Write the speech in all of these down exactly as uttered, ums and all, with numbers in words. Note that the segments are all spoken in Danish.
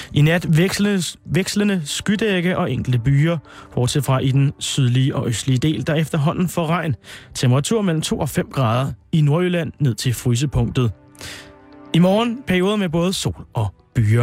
I nat vekslende, vekslende skydække og enkelte byer, bortset fra i den sydlige og østlige del, der efterhånden får regn. Temperatur mellem to og fem grader i Nordjylland ned til frysepunktet. I morgen perioder med både sol og byer.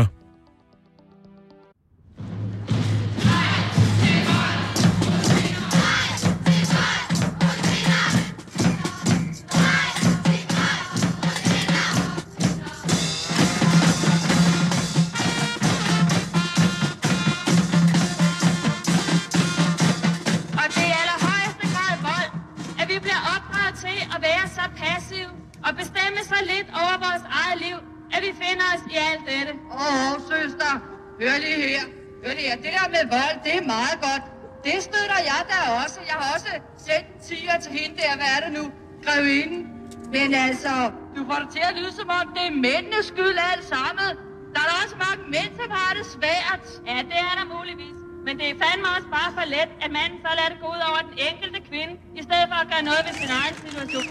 Og bestemme så lidt over vores eget liv, at vi finder os i alt dette. Åh, oh, søster, hør lige her. Hør lige her. Det der med vold, det er meget godt. Det støtter jeg da også. Jeg har også sendt en tiger til hende der. Hvad er det nu? Grevinden. Men altså, du får det til at lyde som om, det er mændenes skyld alt sammen. Der er også mange mænd, som har det svært. Ja, det er der muligvis. Men det er fandme også bare for let, at manden så lader det gå ud over den enkelte kvinde, i stedet for at gøre noget ved sin egen situation.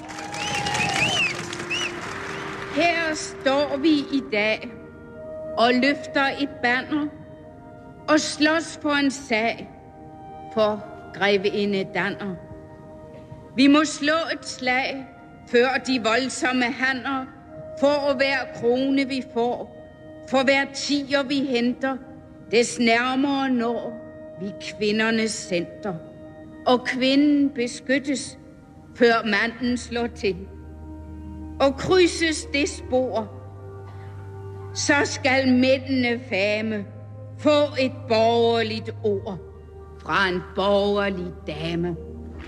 Her står vi i dag og løfter et banner og slås for en sag for grevinde Danner. Vi må slå et slag før de voldsomme handler, for hver krone vi får, for hver tiger vi henter, des nærmere når vi kvindernes center. Og kvinden beskyttes, før manden slår til. Og krydses det spor, så skal mændene fame få et borgerligt ord fra en borgerlig dame.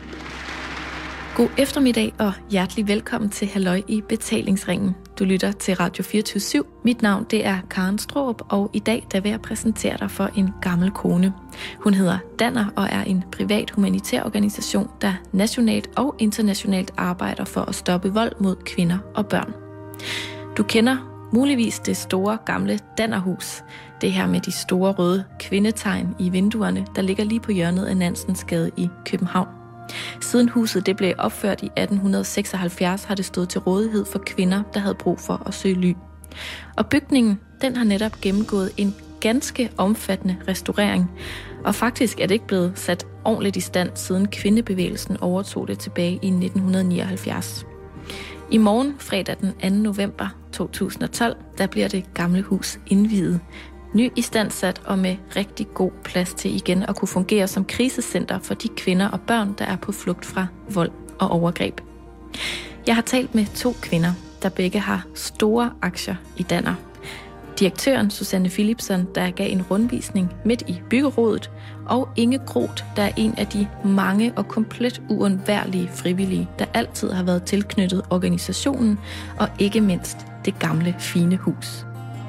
God eftermiddag og hjertelig velkommen til Halløj i Betalingsringen. Du lytter til Radio fireogtyve syv. Mit navn det er Karen Straarup, og i dag der vil jeg præsentere dig for en gammel kone. Hun hedder Danner og er en privat humanitær organisation, der nationalt og internationalt arbejder for at stoppe vold mod kvinder og børn. Du kender muligvis det store gamle Dannerhus. Det her med de store røde kvindetegn i vinduerne, der ligger lige på hjørnet af Nansensgade i København. Siden huset det blev opført i atten seksoghalvfjerds, har det stået til rådighed for kvinder, der havde brug for at søge ly. Og bygningen, den har netop gennemgået en ganske omfattende restaurering. Og faktisk er det ikke blevet sat ordentligt i stand, siden kvindebevægelsen overtog det tilbage i nitten nioghalvfjerds. I morgen, fredag den anden november to tusind og tolv, der bliver det gamle hus indviet. Ny istandsat og med rigtig god plads til igen at kunne fungere som krisecenter for de kvinder og børn, der er på flugt fra vold og overgreb. Jeg har talt med to kvinder, der begge har store aktier i Danner. Direktøren Susanne Philipsen, der gav en rundvisning midt i byggerådet, og Inge Groth, der er en af de mange og komplet uundværlige frivillige, der altid har været tilknyttet organisationen og ikke mindst det gamle fine hus.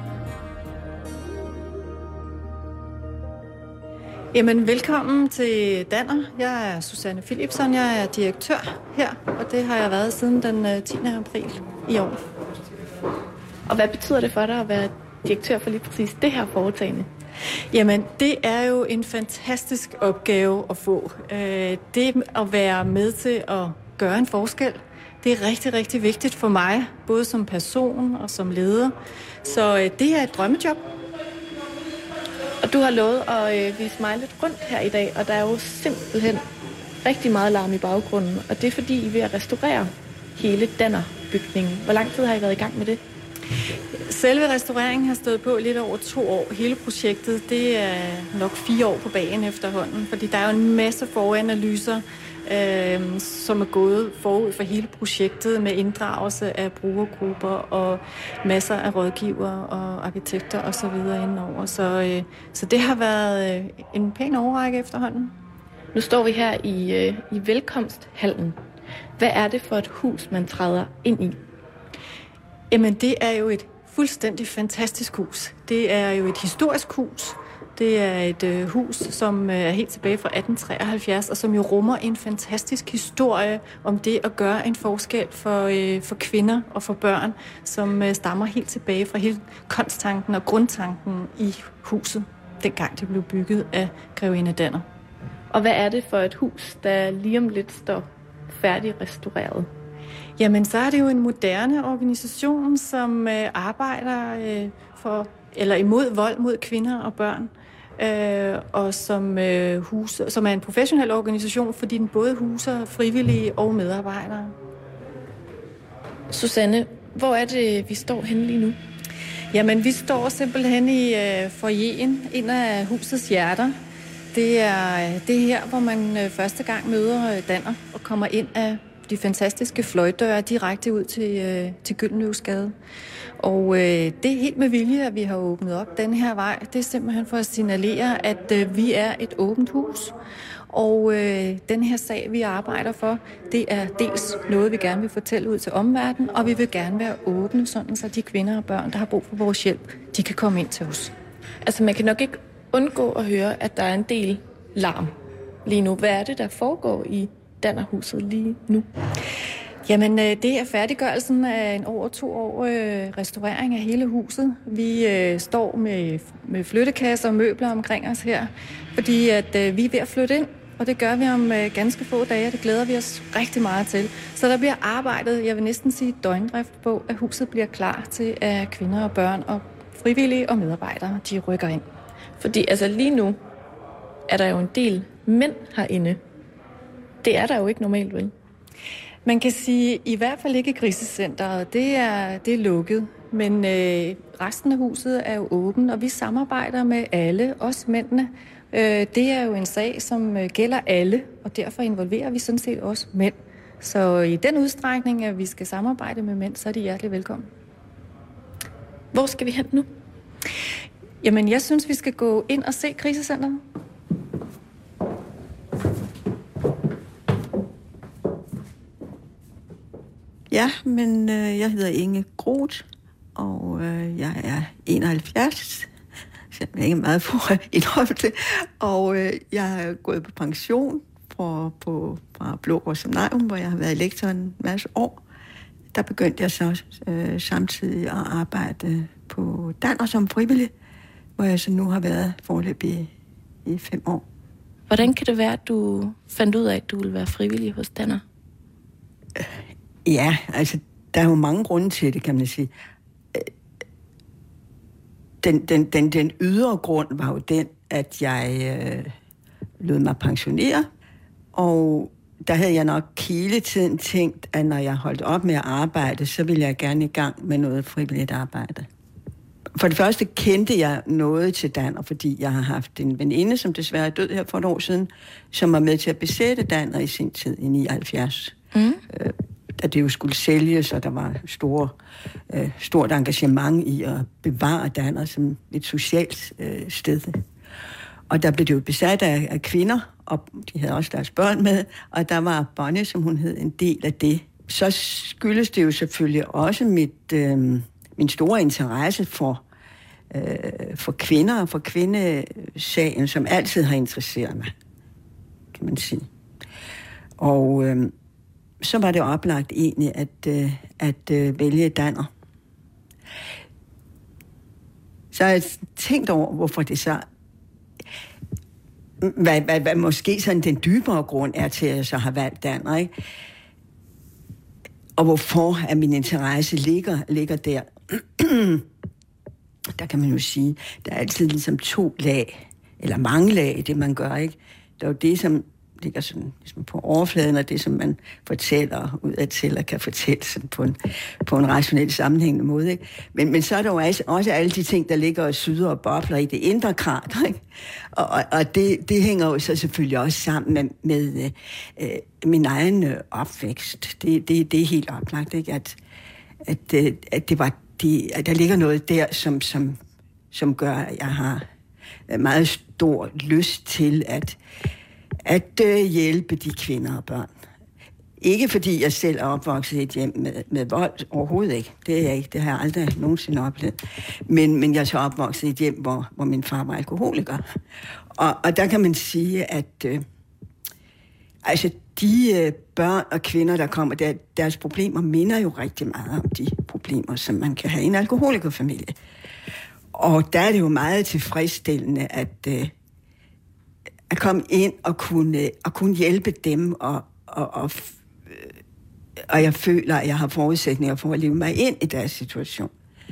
Jamen, velkommen til Danner. Jeg er Susanne Philipsen, jeg er direktør her, og det har jeg været siden den tiende april i år. Og hvad betyder det for dig at være direktør for lige præcis det her foretagende? Jamen, det er jo en fantastisk opgave at få. Det at være med til at gøre en forskel, det er rigtig, rigtig vigtigt for mig, både som person og som leder. Så det er et drømmejob. Og du har lovet at øh, vise mig lidt rundt her i dag, og der er jo simpelthen rigtig meget larm i baggrunden. Og det er fordi, I er ved at restaurere hele Danner-bygningen. Hvor lang tid har I været i gang med det? Selve restaureringen har stået på lidt over to år. Hele projektet, det er nok fire år på bagen efterhånden, fordi der er jo en masse foranalyser, øh, som er gået forud for hele projektet med inddragelse af brugergrupper og masser af rådgivere og arkitekter osv. indenover. Så, øh, så det har været øh, en pæn overrække efterhånden. Nu står vi her i, øh, i velkomsthallen. Hvad er det for et hus, man træder ind i? Jamen, det er jo et fuldstændig fantastisk hus. Det er jo et historisk hus. Det er et øh, hus, som øh, er helt tilbage fra atten treoghalvfjerds, og som jo rummer en fantastisk historie om det at gøre en forskel for, øh, for kvinder og for børn, som øh, stammer helt tilbage fra hele kongstanken og grundtanken i huset, dengang det blev bygget af grevinde Danner. Og hvad er det for et hus, der lige om lidt står færdigrestaureret? Jamen, så er det jo en moderne organisation, som øh, arbejder øh, for eller imod vold mod kvinder og børn, øh, og som, øh, hus, som er en professionel organisation, fordi den både huser frivillige og medarbejdere. Susanne, hvor er det, vi står henne lige nu? Jamen, vi står simpelthen i øh, foyeren, en af husets hjerter. Det er, det er her, hvor man øh, første gang møder øh, Danner og kommer ind af de fantastiske fløjdøre direkte ud til, øh, til Gyldenløvesgade. Og øh, det er helt med vilje, at vi har åbnet op den her vej. Det er simpelthen for at signalere, at øh, vi er et åbent hus. Og øh, den her sag, vi arbejder for, det er dels noget, vi gerne vil fortælle ud til omverdenen, og vi vil gerne være åbne, sådan så de kvinder og børn, der har brug for vores hjælp, de kan komme ind til os. Altså, man kan nok ikke undgå at høre, at der er en del larm lige nu. Hvad er det, der foregår i Dannerhuset lige nu? Jamen, det er færdiggørelsen af en over to år øh, restaurering af hele huset. Vi øh, står med, med flyttekasser og møbler omkring os her, fordi at øh, vi er ved at flytte ind, og det gør vi om øh, ganske få dage, og det glæder vi os rigtig meget til. Så der bliver arbejdet, jeg vil næsten sige døgndrift på, at huset bliver klar til, at kvinder og børn og frivillige og medarbejdere, de rykker ind. Fordi altså lige nu er der jo en del mænd herinde. Det er der jo ikke normalt, vel? Man kan sige, i hvert fald ikke krisecenteret. Det er, det er lukket, men øh, resten af huset er jo åben, og vi samarbejder med alle, også mændene. Øh, det er jo en sag, som øh, gælder alle, og derfor involverer vi sådan set også mænd. Så i den udstrækning, at vi skal samarbejde med mænd, så er de hjertelig velkommen. Hvor skal vi hen nu? Jamen, jeg synes, vi skal gå ind og se krisecenteret. Ja, men øh, jeg hedder Inge Groth, og øh, jeg er enoghalvfjerds, så jeg er ikke meget for indholde det, og øh, jeg er gået på pension fra, på, fra Blågård Seminarium, hvor jeg har været lektor en masse år. Der begyndte jeg så øh, samtidig at arbejde på Danner som frivillig, hvor jeg så nu har været foreløbig i, i fem år. Hvordan kan det være, at du fandt ud af, at du ville være frivillig hos Danner? Ja, altså, der er jo mange grunde til det, kan man sige. Den, den, den, den ydre grund var jo den, at jeg øh, lod mig pensionere, og der havde jeg nok hele tiden tænkt, at når jeg holdt op med at arbejde, så ville jeg gerne i gang med noget frivilligt arbejde. For det første kendte jeg noget til Danner, fordi jeg har haft en veninde, som desværre er død her for et år siden, som var med til at besætte Danner i sin tid i nioghalvfjerds. Mm. Øh, da det jo skulle sælges, og der var store, øh, stort engagement i at bevare Danner som et socialt øh, sted. Og der blev det jo besat af, af kvinder, og de havde også deres børn med, og der var Bonnie, som hun hed, en del af det. Så skyldes det jo selvfølgelig også mit, øh, min store interesse for, øh, for kvinder og for kvindesagen, som altid har interesseret mig, kan man sige. Og øh, så var det oplagt egentlig at, øh, at øh, vælge Danner. Så har jeg tænkt over, hvorfor det så... Hvad, hvad, hvad måske sådan den dybere grund er til, at jeg så har valgt Danner, ikke? Og hvorfor at min interesse ligger, ligger der. Der kan man jo sige, der er altid ligesom to lag, eller mange lag i det, man gør, ikke? Der er jo det, som ligger sådan ligesom på overfladen, og det, som man fortæller ud af til, og kan fortælle sådan på en, på en rationel sammenhængende måde, ikke? Men, men så er der jo også alle de ting, der ligger og syder og bobler i det indre krater, ikke? Og, og, og det, det hænger jo så selvfølgelig også sammen med, med øh, min egen øh, opvækst. Det, det, det er helt oplagt, ikke? At, at, øh, at, det var, det, at der ligger noget der, som, som, som gør, at jeg har meget stor lyst til at at øh, hjælpe de kvinder og børn. Ikke fordi jeg selv er opvokset i et hjem med, med vold, overhovedet ikke. Det er jeg ikke, det har jeg aldrig nogensinde oplevet. Men, men jeg er så opvokset i et hjem, hvor, hvor min far var alkoholiker. Og, og der kan man sige, at øh, altså de øh, børn og kvinder, der kommer, der, deres problemer minder jo rigtig meget om de problemer, som man kan have i en alkoholikerfamilie. Og der er det jo meget tilfredsstillende, at øh, at komme ind og kunne, og kunne hjælpe dem, og, og, og, og jeg føler, at jeg har forudsætninger for at leve mig ind i deres situation.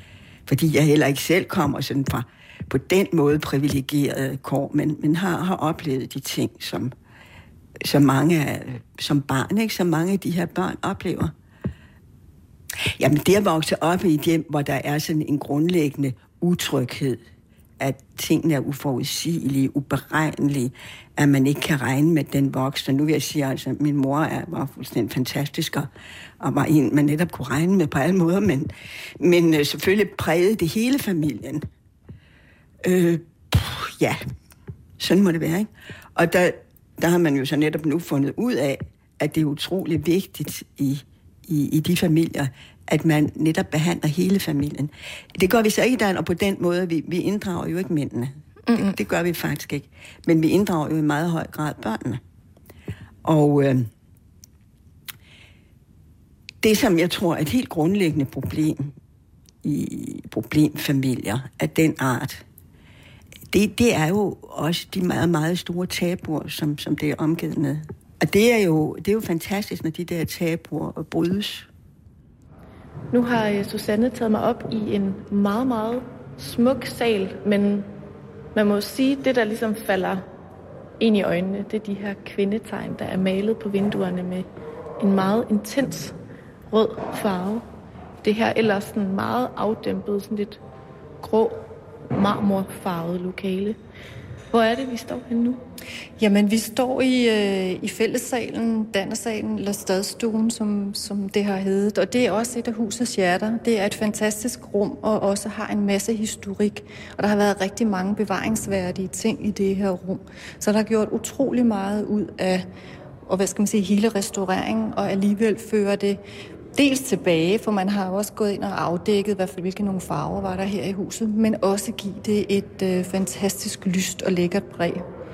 fordi jeg heller ikke selv kommer sådan fra på den måde privilegeret kår, men, men har, har oplevet de ting, som, som mange som barn, ikke? Som mange af de her børn oplever. Jamen, det at vokse op i et hjem, hvor der er sådan en grundlæggende utryghed, at tingene er uforudsigelige, uberegnelige, at man ikke kan regne med den voksne. Nu vil jeg sige, altså, min mor er, var fuldstændig fantastisk, og, og var en, man netop kunne regne med på alle måder, men, men øh, selvfølgelig prægede det hele familien. Øh, pff, ja, sådan må det være, ikke? Og der, der har man jo så netop nu fundet ud af, at det er utrolig vigtigt i, i, i de familier, at man netop behandler hele familien. Det gør vi så ikke i dag, og på den måde, vi, vi inddrager jo ikke mændene. Mm-hmm. Det, det gør vi faktisk ikke. Men vi inddrager jo i meget høj grad børnene. Og øh, det, som jeg tror er et helt grundlæggende problem i problemfamilier af den art, det, det er jo også de meget, meget store tabuer, som, som det er omgivet med. Og det er jo, det er jo fantastisk, når de der tabuer brydes. Nu har Susanne taget mig op i en meget, meget smuk sal, men man må sige, at det, der ligesom falder ind i øjnene, det er de her kvindetegn, der er malet på vinduerne med en meget intens rød farve. Det her ellers sådan meget afdæmpet, sådan lidt grå, marmorfarvet lokale. Hvor er det, vi står henne nu? Jamen, vi står i, øh, i fællessalen, Dannersalen, eller Stadstuen, som, som det har heddet. Og det er også et af husets hjerter. Det er et fantastisk rum, og også har en masse historik. Og der har været rigtig mange bevaringsværdige ting i det her rum. Så der har gjort utrolig meget ud af, og hvad skal man sige, hele restaureringen, og alligevel fører det dels tilbage, for man har også gået ind og afdækket, hvad for, hvilke nogle farver var der her i huset, men også give det et øh, fantastisk lyst og lækkert præg.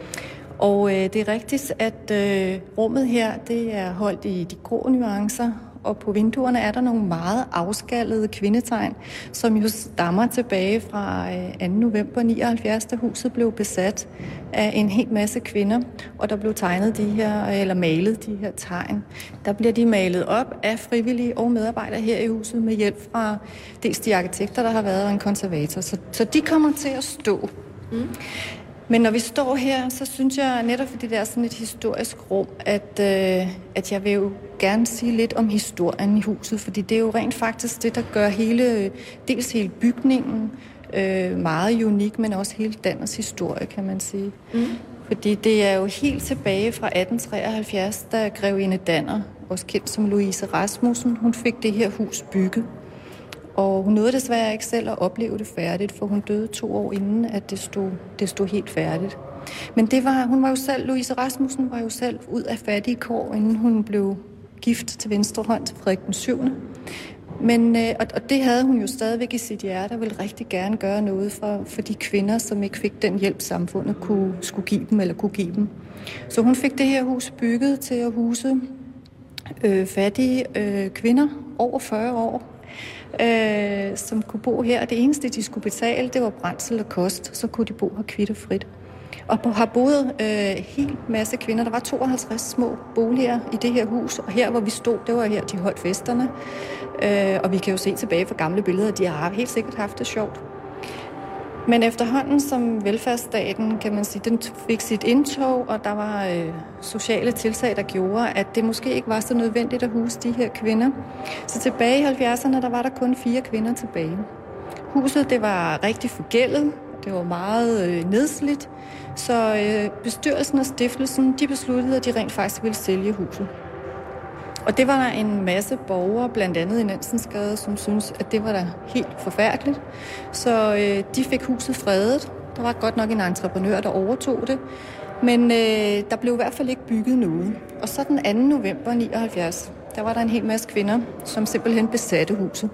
Og øh, det er rigtigt, at øh, rummet her, det er holdt i de grå nuancer, og på vinduerne er der nogle meget afskallede kvindetegn, som jo stammer tilbage fra anden november nioghalvfjerds, da huset blev besat af en hel masse kvinder, og der blev tegnet de her, eller malet de her tegn. Der bliver de malet op af frivillige og medarbejdere her i huset med hjælp fra dels de arkitekter, der har været, og en konservator. Så, så de kommer til at stå. Mm. Men når vi står her, så synes jeg netop, fordi det er sådan et historisk rum, at, øh, at jeg vil jo gerne sige lidt om historien i huset, fordi det er jo rent faktisk det, der gør hele, dels hele bygningen øh, meget unik, men også hele Danners historie, kan man sige. Mm. Fordi det er jo helt tilbage fra atten treoghalvfjerds, da grevinde Danner, også kendt som Louise Rasmussen, hun fik det her hus bygget. Og hun nåede desværre ikke selv at opleve det færdigt, for hun døde to år inden, at det stod, det stod helt færdigt. Men det var, hun var jo selv, Louise Rasmussen var jo selv ud af fattige kår, inden hun blev gift til venstre hånd til Frederik den syvende. Men, og, og det havde hun jo stadigvæk i sit hjerte, og ville rigtig gerne gøre noget for, for de kvinder, som ikke fik den hjælp, samfundet kunne, skulle give dem, eller kunne give dem. Så hun fik det her hus bygget til at huse øh, fattige øh, kvinder over fyrre år, Øh, som kunne bo her. Det eneste, de skulle betale, det var brændsel og kost. Så kunne de bo her kvitterfrit. Og på, har boet øh, helt masse kvinder. Der var tooghalvtreds små boliger i det her hus. Og her, hvor vi stod, det var her, de holdt festerne. Øh, og vi kan jo se tilbage fra gamle billeder, de har helt sikkert haft det sjovt. Men efterhånden som velfærdsstaten, kan man sige, den fik sit indtog, og der var øh, sociale tiltag, der gjorde, at det måske ikke var så nødvendigt at huse de her kvinder. Så tilbage i halvfjerdserne, der var der kun fire kvinder tilbage. Huset, det var rigtig forgældet, det var meget øh, nedslidt, så øh, bestyrelsen og stiftelsen, de besluttede, at de rent faktisk ville sælge huset. Og det var der en masse borgere, blandt andet i Nansensgade, som syntes, at det var da helt forfærdeligt. Så øh, de fik huset fredet. Der var godt nok en entreprenør, der overtog det. Men øh, der blev i hvert fald ikke bygget noget. Og så den anden november nioghalvfjerds, der var der en hel masse kvinder, som simpelthen besatte huset.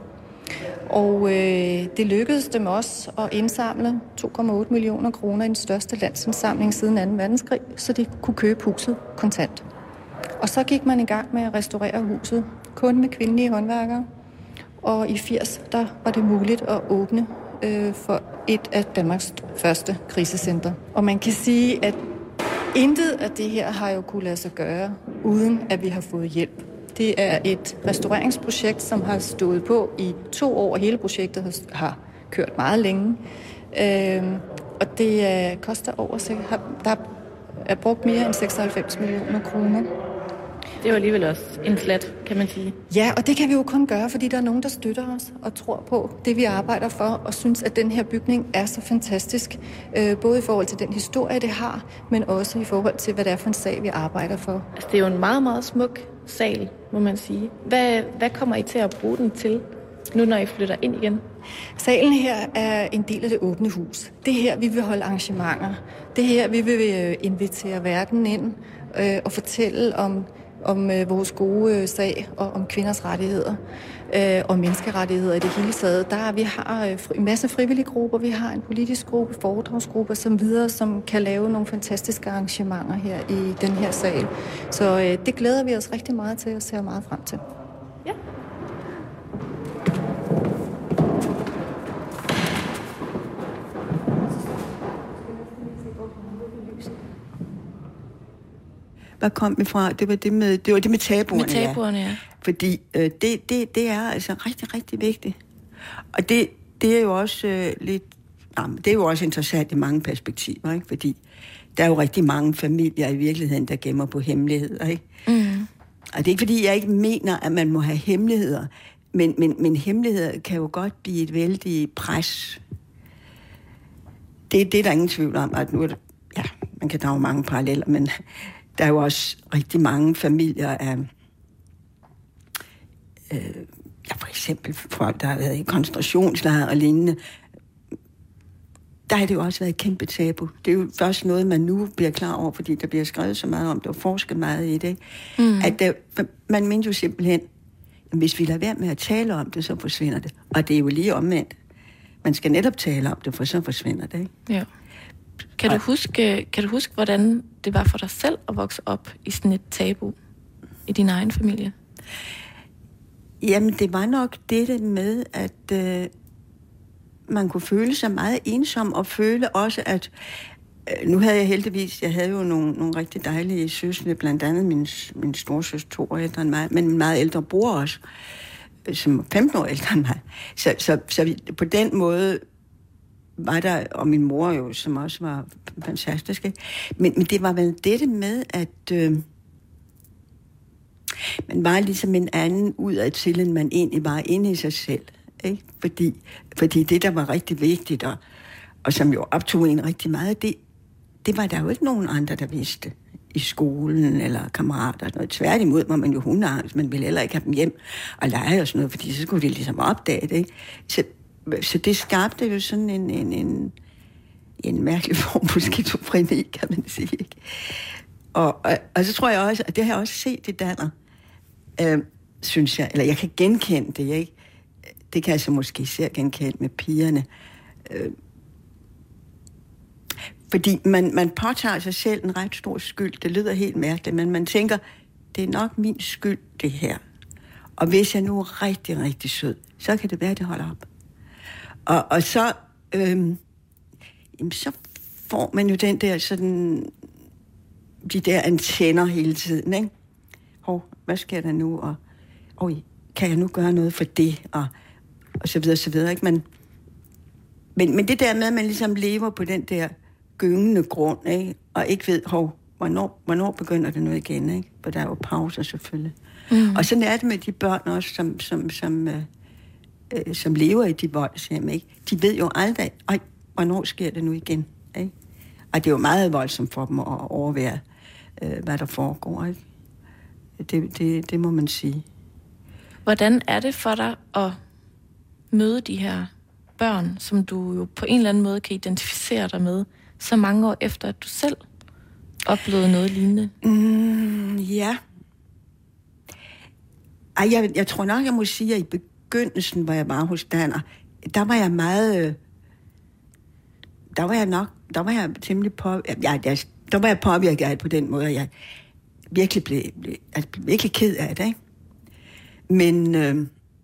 Og øh, det lykkedes dem også at indsamle to komma otte millioner kroner i den største landsindsamling siden anden verdenskrig, så de kunne købe huset kontant. Og så gik man i gang med at restaurere huset, kun med kvindelige håndværkere. Og i firs, der var det muligt at åbne øh, for et af Danmarks første krisecenter. Og man kan sige, at intet af det her har jo kunne lade sig gøre, uden at vi har fået hjælp. Det er et restaureringsprojekt, som har stået på i to år, og hele projektet har kørt meget længe. Øh, og det øh, koster over, der er brugt mere end seksoghalvfems millioner kroner. Det er jo alligevel også en flat, kan man sige. Ja, og det kan vi jo kun gøre, fordi der er nogen, der støtter os og tror på det, vi arbejder for, og synes, at den her bygning er så fantastisk. Øh, både i forhold til den historie, det har, men også i forhold til, hvad det er for en sag, vi arbejder for. Altså, det er jo en meget, meget smuk sal, må man sige. Hvad, hvad kommer I til at bruge den til, nu når I flytter ind igen? Salen her er en del af det åbne hus. Det her, vi vil holde arrangementer. Det her, vi vil invitere verden ind øh, og fortælle om om øh, vores gode øh, sag og om kvinders rettigheder øh, og menneskerettigheder i det hele taget. Der vi har øh, en masse frivillige grupper, vi har en politisk gruppe, foredragsgrupper som videre, som kan lave nogle fantastiske arrangementer her i den her sal. Så øh, det glæder vi os rigtig meget til og ser meget frem til. Ja. Hvad kom vi fra? Det var det med, det var det med tabuerne, med tabuerne ja. ja. Fordi øh, det, det, det er altså rigtig, rigtig vigtigt. Og det, det er jo også øh, lidt... Jamen, det er jo også interessant i mange perspektiver, ikke? Fordi der er jo rigtig mange familier i virkeligheden, der gemmer på hemmeligheder, ikke? Mm. Og det er ikke, fordi jeg ikke mener, at man må have hemmeligheder, men, men, men hemmeligheder kan jo godt blive et vældigt pres. Det, det er der ingen tvivl om, at nu er det... Ja, man kan drage mange paralleller, men... Der er jo også rigtig mange familier af, øh, ja, for eksempel folk, der har været i koncentrationslejre og lignende. Der har det jo også været et kæmpe tabu. Det er jo først noget, man nu bliver klar over, fordi der bliver skrevet så meget om det og forsket meget i det. Mm. At der, man mener jo simpelthen, at hvis vi lader være med at tale om det, så forsvinder det. Og det er jo lige omvendt. Man skal netop tale om det, for så forsvinder det, ikke? Ja. Kan du, huske, kan du huske, hvordan det var for dig selv at vokse op i sådan et tabu i din egen familie? Jamen, det var nok det med, at øh, man kunne føle sig meget ensom, og føle også, at øh, nu havde jeg heldigvis, jeg havde jo nogle, nogle rigtig dejlige søskende, blandt andet min, min storesøster, to år ældre end mig, men min meget ældre bror også, øh, som var femten år ældre end mig. Så, så, så vi, på den måde var der, og min mor jo, som også var fantastisk, ikke? Men, men det var vel dette med, at øh, man var ligesom en anden udad til, end man egentlig var inde i sig selv, ikke? Fordi, fordi det, der var rigtig vigtigt, og, og som jo optog en rigtig meget, det, det var der jo ikke nogen andre, der vidste i skolen, eller kammerater, og noget. Tværtimod var man jo hundeangst, man ville heller ikke have dem hjem og lege og sådan noget, fordi så skulle de ligesom opdage det, ikke? Så Så det skabte jo sådan en, en, en, en mærkelig form for skizofreni, kan man sige, ikke? Og, og, og så tror jeg også, at det har jeg også set i Danner, øh, synes jeg, eller jeg kan genkende det, ikke? Det kan jeg så måske især genkende med pigerne. Øh, fordi man, man påtager sig selv en ret stor skyld. Det lyder helt mærkeligt, men man tænker, det er nok min skyld, det her. Og hvis jeg nu er rigtig, rigtig sød, så kan det være, at det holder op. Og, og så, øhm, jamen, så får man jo den der sådan, de der antenner hele tiden, ikke? Hov, hvad sker der nu? Og, oj, kan jeg nu gøre noget for det? Og, og så videre, så videre, ikke? Men, men, men det der med, at man ligesom lever på den der gyngende grund, ikke? Og ikke ved, hov, hvornår, hvornår begynder det nu igen, ikke? For der er jo pauser selvfølgelig. Mm. Og sådan er det med de børn også, som, som, som øh, som lever i de voldshjem, ikke? De ved jo aldrig, ej, hvornår sker det nu igen, ikke? Og det er jo meget voldsomt for dem at overvære, øh, hvad der foregår, ikke? Det, det, det må man sige. Hvordan er det for dig at møde de her børn, som du jo på en eller anden måde kan identificere dig med, så mange år efter, at du selv oplevede noget lignende? Mm, ja. Ej, jeg, jeg tror nok, jeg må sige, at i begyndelsen, hvor jeg var hos Danner, der var jeg meget... Øh, der var jeg nok... Der var jeg temmelig på... Ja, der, der var jeg påvirket på den måde, at jeg virkelig blev, blev, altså, blev virkelig ked af det, ikke? Men øh,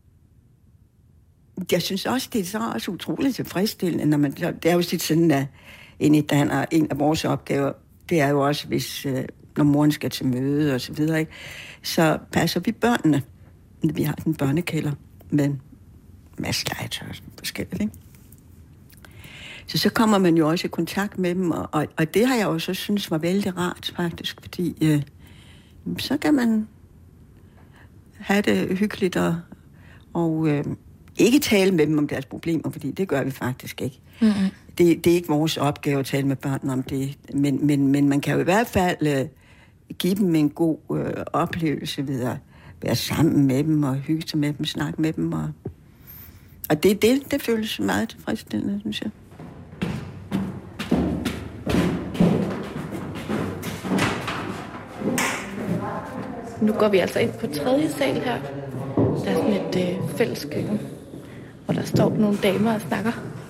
jeg synes også, det er så også utroligt tilfredsstillende, når man... Det er jo sådan, at inde i Danner, en af vores opgaver, det er jo også, hvis... Øh, når moren skal til møde og så videre, ikke? Så passer vi børnene. Vi har en børnekælder med en masse legetøj og forskelligt, ikke? Så så kommer man jo også i kontakt med dem, og, og, og det har jeg jo så synes var vældig rart faktisk, fordi øh, så kan man have det hyggeligt og, og øh, ikke tale med dem om deres problemer, fordi det gør vi faktisk ikke. Mm-hmm. Det, det er ikke vores opgave at tale med børnene om det, men, men, men man kan jo i hvert fald øh, give dem en god øh, oplevelse ved at være sammen med dem og hygge sig med dem, snakke med dem. Og, og det, det, det føles meget tilfredsstillende, synes jeg. Nu går vi altså ind på tredje sal her. Der er sådan et øh, fælleskøkken, hvor der står nogle damer og snakker.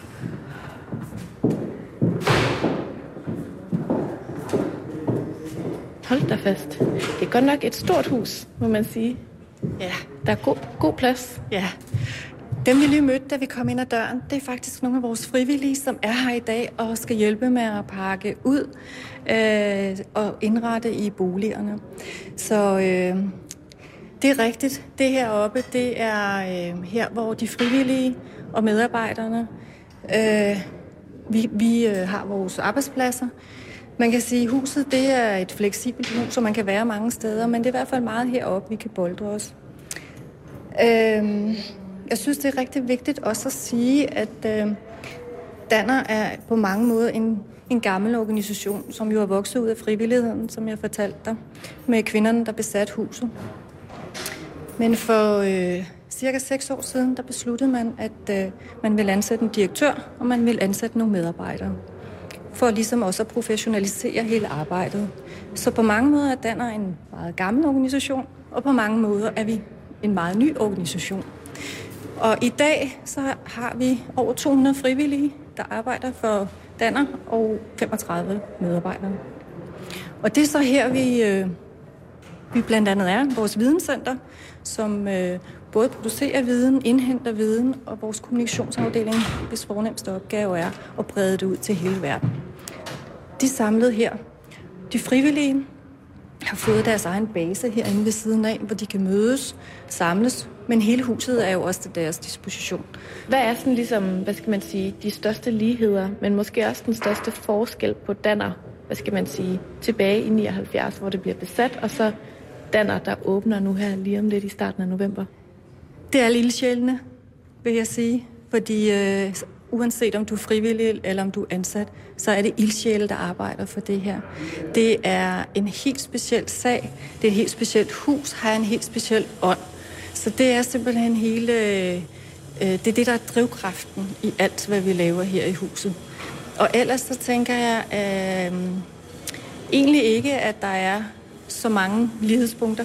Hold da fast. Det er godt nok et stort hus, må man sige. Ja. Der er god, god plads. Ja. Dem, vi lige mødte, da vi kom ind ad døren, det er faktisk nogle af vores frivillige, som er her i dag og skal hjælpe med at pakke ud øh, og indrette i boligerne. Så øh, det er rigtigt. Det heroppe, det er øh, her, hvor de frivillige og medarbejderne, øh, vi, vi øh, har vores arbejdspladser. Man kan sige, at huset det er et fleksibelt hus, så man kan være mange steder, men det er i hvert fald meget heroppe, vi kan boldre os. Øh, Jeg synes, det er rigtig vigtigt også at sige, at øh, Danner er på mange måder en, en gammel organisation, som jo er vokset ud af frivilligheden, som jeg fortalte dig, med kvinderne, der besatte huset. Men for øh, cirka seks år siden, der besluttede man, at øh, man ville ansætte en direktør, og man ville ansætte nogle medarbejdere, for ligesom også at professionalisere hele arbejdet. Så på mange måder er Danner en meget gammel organisation, og på mange måder er vi en meget ny organisation. Og i dag så har vi over to hundrede frivillige, der arbejder for Danner, og femogtredive medarbejdere. Og det er så her, vi, øh, vi blandt andet er, vores videnscenter, som øh, både producerer viden, indhenter viden, og vores kommunikationsafdeling, hvis fornemste opgave er at brede det ud til hele verden. De er samlet her. De frivillige har fået deres egen base herinde ved siden af, hvor de kan mødes, samles, men hele huset er jo også til deres disposition. Hvad er sådan ligesom, hvad skal man sige, de største ligheder, men måske også den største forskel på Danner, hvad skal man sige, tilbage i nioghalvfjerds, hvor det bliver besat, og så Danner, der åbner nu her lige om lidt i starten af november? Det er ildsjælene, vil jeg sige, fordi øh, uanset om du er frivillig eller om du er ansat, så er det ildsjæle, der arbejder for det her. Det er en helt speciel sag, det er et helt specielt hus, har en helt speciel ånd. Så det er simpelthen hele, øh, det er det, der er drivkraften i alt, hvad vi laver her i huset. Og ellers så tænker jeg øh, egentlig ikke, at der er så mange lighedspunkter.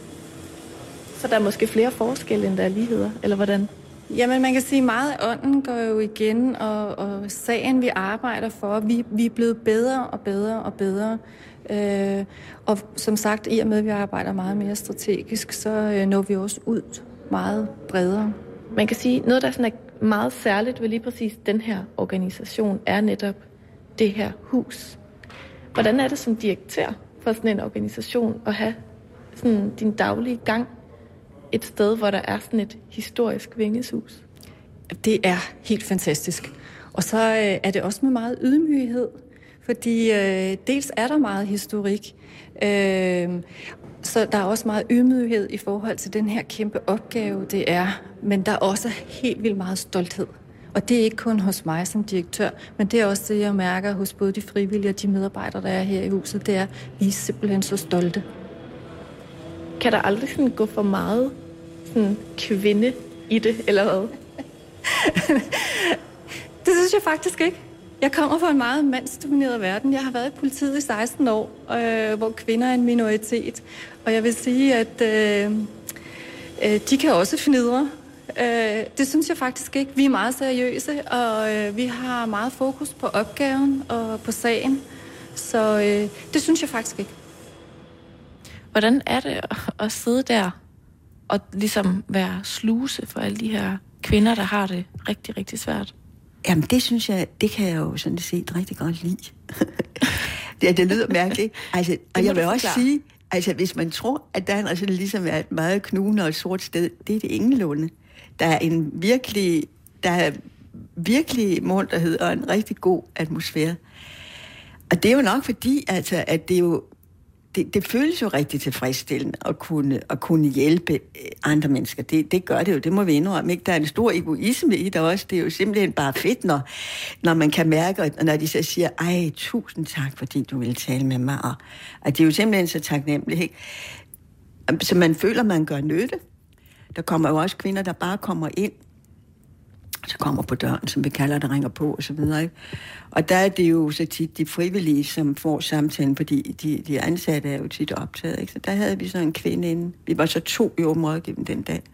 Så der er måske flere forskelle, end der er ligheder, eller hvordan? Jamen, man kan sige, at meget af ånden går jo igen, og, og sagen, vi arbejder for, vi, vi er blevet bedre og bedre og bedre. Øh, og som sagt, i og med, at vi arbejder meget mere strategisk, så øh, når vi også ud meget bredere. Man kan sige, noget, der sådan er meget særligt ved lige præcis den her organisation, er netop det her hus. Hvordan er det som direktør for sådan en organisation at have sådan din daglige gang et sted, hvor der er sådan et historisk vingeshus? Det er helt fantastisk. Og så øh, er det også med meget ydmyghed, fordi øh, dels er der meget historik, øh, så der er også meget ydmyghed i forhold til den her kæmpe opgave, det er, men der er også helt vildt meget stolthed. Og det er ikke kun hos mig som direktør, men det er også det, jeg mærker hos både de frivillige og de medarbejdere, der er her i huset, det er, at vi er simpelthen så stolte. Kan der aldrig sådan gå for meget sådan kvinde i det, eller hvad? Det synes jeg faktisk ikke. Jeg kommer fra en meget mandsdomineret verden. Jeg har været i politiet i seksten år, øh, hvor kvinder er en minoritet. Og jeg vil sige, at øh, øh, de kan også fnidre. Øh, det synes jeg faktisk ikke. Vi er meget seriøse, og øh, vi har meget fokus på opgaven og på sagen. Så øh, det synes jeg faktisk ikke. Hvordan er det at sidde der og ligesom være sluse for alle de her kvinder, der har det rigtig, rigtig svært? Jamen, det synes jeg, det kan jeg jo sådan set rigtig godt lide. det, det lyder mærkeligt. Altså, og jeg vil også sige, altså, hvis man tror, at Danner sådan ligesom er et meget knugende og sort sted, det er det ingenlunde. Der er en virkelig, der er virkelig munterhed og en rigtig god atmosfære. Og det er jo nok fordi, altså, at det jo det, det føles jo rigtig tilfredsstillende at kunne, at kunne hjælpe andre mennesker. Det, det gør det jo, det må vi indrømme. Ikke? Der er en stor egoisme i det også. Det er jo simpelthen bare fedt, når, når man kan mærke, og når de så siger, ej, tusind tak, fordi du ville tale med mig. Og, og det er jo simpelthen så taknemmeligt. Ikke? Så man føler, man gør nytte. Der kommer jo også kvinder, der bare kommer ind, så kommer på døren, som vi kalder det, ringer på og så videre. Ikke? Og der er det jo så tit de frivillige, som får samtalen, fordi de, de ansatte er jo tit optaget. Ikke? Så der havde vi så en kvinde inde. Vi var så to i åben rådgivning den dag,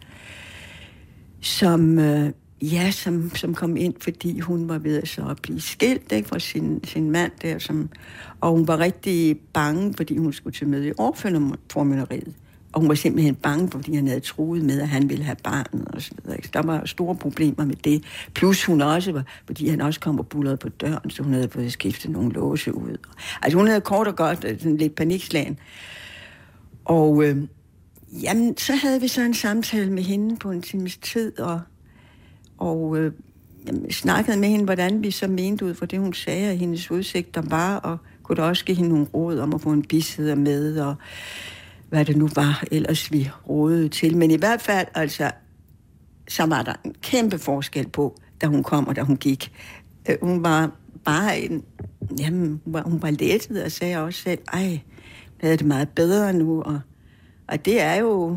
som, øh, ja, som, som kom ind, fordi hun var ved at så at blive skilt, ikke, fra sin, sin mand der. Som, og hun var rigtig bange, fordi hun skulle til møde i overformynderiet. Og hun var simpelthen bange, fordi han havde truet med, at han ville have barnet og så videre. Der var store problemer med det. Plus hun også var, fordi han også kom og bullerede på døren, så hun havde fået skiftet nogle låse ud. Altså hun havde kort og godt sådan lidt panikslagen. Og øh, jamen, så havde vi så en samtale med hende på en times tid, og, og øh, jamen, snakkede med hende, hvordan vi så mente ud for det, hun sagde, at hendes udsigter var, og kunne da også give hende nogle råd om at få en bisidder med, og hvad det nu var, ellers vi rådede til. Men i hvert fald, altså, så var der en kæmpe forskel på, da hun kom og da hun gik. Hun var bare en, jamen, hun var, hun var lettet og sagde også selv, ej, jeg havde det meget bedre nu. Og, og det er jo,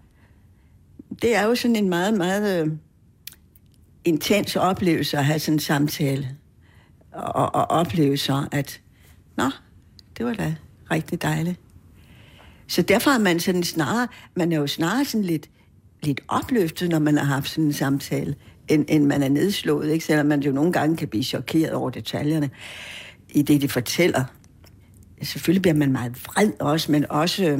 det er jo sådan en meget, meget uh, intens oplevelse at have sådan en samtale. Og, og opleve så, at, nå, det var da rigtig dejligt. Så derfor er man sådan snarere, man er jo snarere sådan lidt, lidt opløftet, når man har haft sådan en samtale, end, end man er nedslået, ikke? Selvom man jo nogle gange kan blive chokeret over detaljerne i det, de fortæller. Selvfølgelig bliver man meget vred også, men også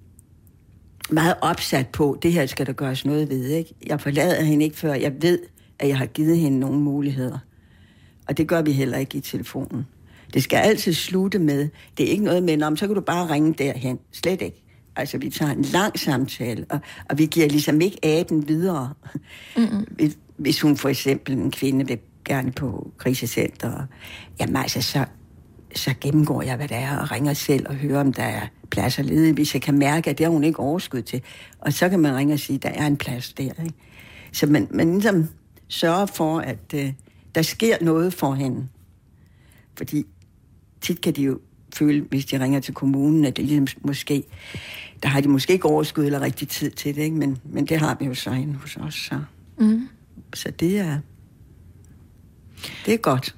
meget opsat på, det her skal der gøres noget ved, ikke? Jeg forlader hende ikke, før jeg ved, at jeg har givet hende nogle muligheder. Og det gør vi heller ikke i telefonen. Det skal altid slutte med, det er ikke noget med, om så kan du bare ringe derhen. Slet ikke. Altså, vi tager en lang samtale, og, og vi giver ligesom ikke aben videre. Mm-hmm. Hvis hun for eksempel, en kvinde vil gerne på krisecenter, jamen altså, så, så gennemgår jeg, hvad det er, og ringer selv og hører, om der er pladser ledige, hvis jeg kan mærke, at det har hun ikke overskud til. Og så kan man ringe og sige, at der er en plads der. Ikke? Så man, man ligesom sørger for, at uh, der sker noget for hende. Fordi tit kan de jo føle, hvis de ringer til kommunen, at det ligesom måske, der har de måske ikke overskud eller rigtig tid til det, ikke? Men, men det har vi jo så inde hos os. Så, mm. så det er, det er godt.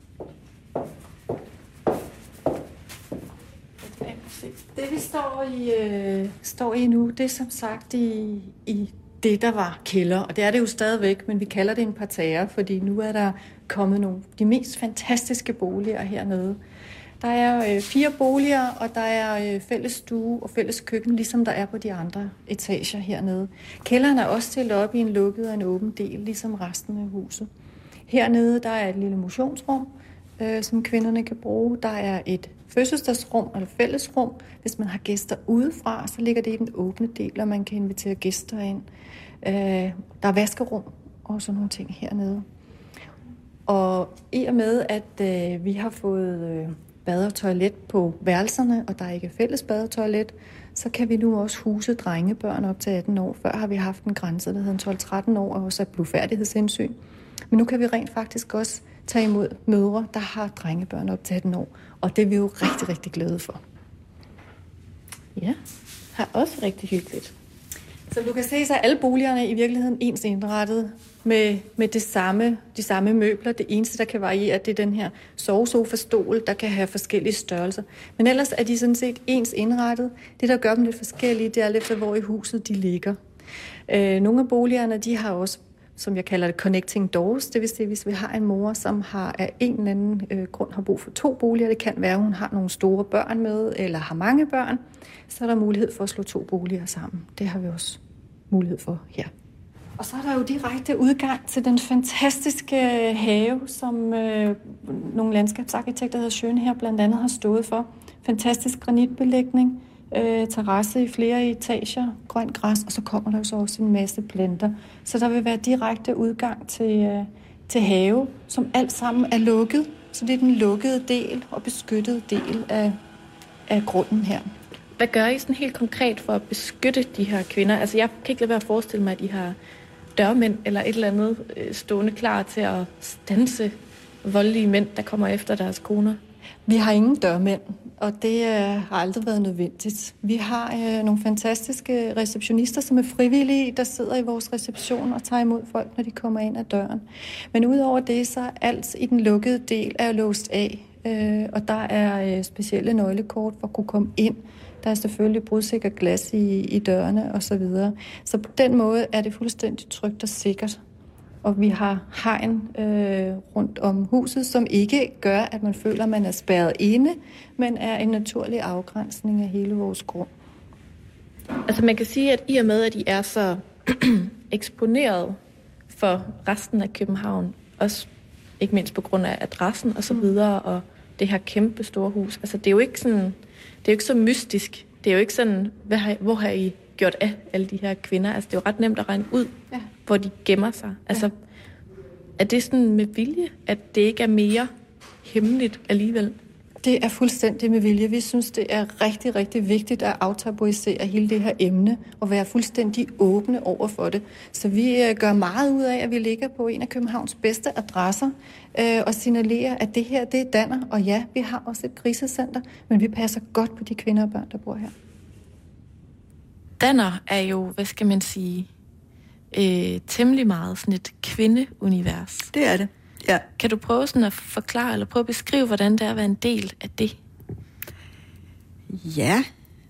Det vi står i, øh, står i nu, det er som sagt i, i det, der var kælder. Og det er det jo stadigvæk, men vi kalder det en parterre, fordi nu er der kommet nogle de mest fantastiske boliger hernede. Der er øh, fire boliger, og der er øh, fælles stue og fælles køkken, ligesom der er på de andre etager hernede. Kælderen er også stillet op i en lukket og en åben del, ligesom resten af huset. Hernede der er et lille motionsrum, øh, som kvinderne kan bruge. Der er et fødselsdagsrum eller fællesrum. Hvis man har gæster udefra, så ligger det i den åbne del, og man kan invitere gæster ind. Øh, der er vaskerum og sådan nogle ting hernede. Og i og med, at øh, vi har fået øh, bad og toilet på værelserne, og der ikke er fælles bad og toilet, så kan vi nu også huse drengebørn op til atten år. Før har vi haft en grænse, der hedder tolv tretten år, og også af blufærdighedshensyn. Men nu kan vi rent faktisk også tage imod mødre, der har drengebørn op til atten år. Og det er vi jo rigtig, rigtig glade for. Ja, her er også rigtig hyggeligt. Som du kan se, så er alle boligerne i virkeligheden ens indrettet med, med det samme, de samme møbler. Det eneste, der kan variere, det er den her sovesofa-stol, der kan have forskellige størrelser. Men ellers er de sådan set ens indrettet. Det, der gør dem lidt forskellige, det er lidt, hvor i huset de ligger. Øh, nogle af boligerne, de har også, som jeg kalder det, connecting doors. Det vil sige, hvis vi har en mor, som har af en eller anden øh, grund har brug for to boliger, det kan være, at hun har nogle store børn med, eller har mange børn, så er der mulighed for at slå to boliger sammen. Det har vi også mulighed for her. Og så er der jo direkte udgang til den fantastiske have, som øh, nogle landskabsarkitekter, der hedder Schön her, blandt andet har stået for. Fantastisk granitbelægning, øh, terrasse i flere etager, grønt græs, og så kommer der jo så også en masse planter. Så der vil være direkte udgang til, øh, til have, som alt sammen er lukket. Så det er den lukkede del og beskyttede del af, af grunden her. Hvad gør I sådan helt konkret for at beskytte de her kvinder? Altså jeg kan ikke lade være at forestille mig, at de har dørmænd eller et eller andet stående klar til at standse voldelige mænd, der kommer efter deres koner. Vi har ingen dørmænd, og det øh, har aldrig været nødvendigt. Vi har øh, nogle fantastiske receptionister, som er frivillige, der sidder i vores reception og tager imod folk, når de kommer ind ad døren. Men udover det, så er alt i den lukkede del er låst af, øh, og der er øh, specielle nøglekort for at kunne komme ind. Der er selvfølgelig brudsikker glas i, i dørene osv. Så, videre. Så på den måde er det fuldstændig trygt og sikkert. Og vi har hegn øh, rundt om huset, som ikke gør, at man føler, at man er spærret inde, men er en naturlig afgrænsning af hele vores grund. Altså man kan sige, at i og med, at I er så eksponeret for resten af København, også ikke mindst på grund af adressen og så videre, og det her kæmpe store hus. Altså det er jo ikke sådan, det er jo ikke så mystisk. Det er jo ikke sådan, hvad har, hvor har I gjort af alle de her kvinder? Altså det er jo ret nemt at regne ud, ja. Hvor de gemmer sig. Altså ja. Er det sådan med vilje, at det ikke er mere hemmeligt alligevel? Det er fuldstændig med vilje. Vi synes, det er rigtig, rigtig vigtigt at aftabuisere hele det her emne og være fuldstændig åbne over for det. Så vi gør meget ud af, at vi ligger på en af Københavns bedste adresser øh, og signalerer, at det her, det er Danner. Og ja, vi har også et krisecenter, men vi passer godt på de kvinder og børn, der bor her. Danner er jo, hvad skal man sige, øh, temmelig meget sådan et kvindeunivers. Det er det. Ja. Kan du prøve sådan at forklare, eller prøve at beskrive, hvordan det er at være en del af det? Ja.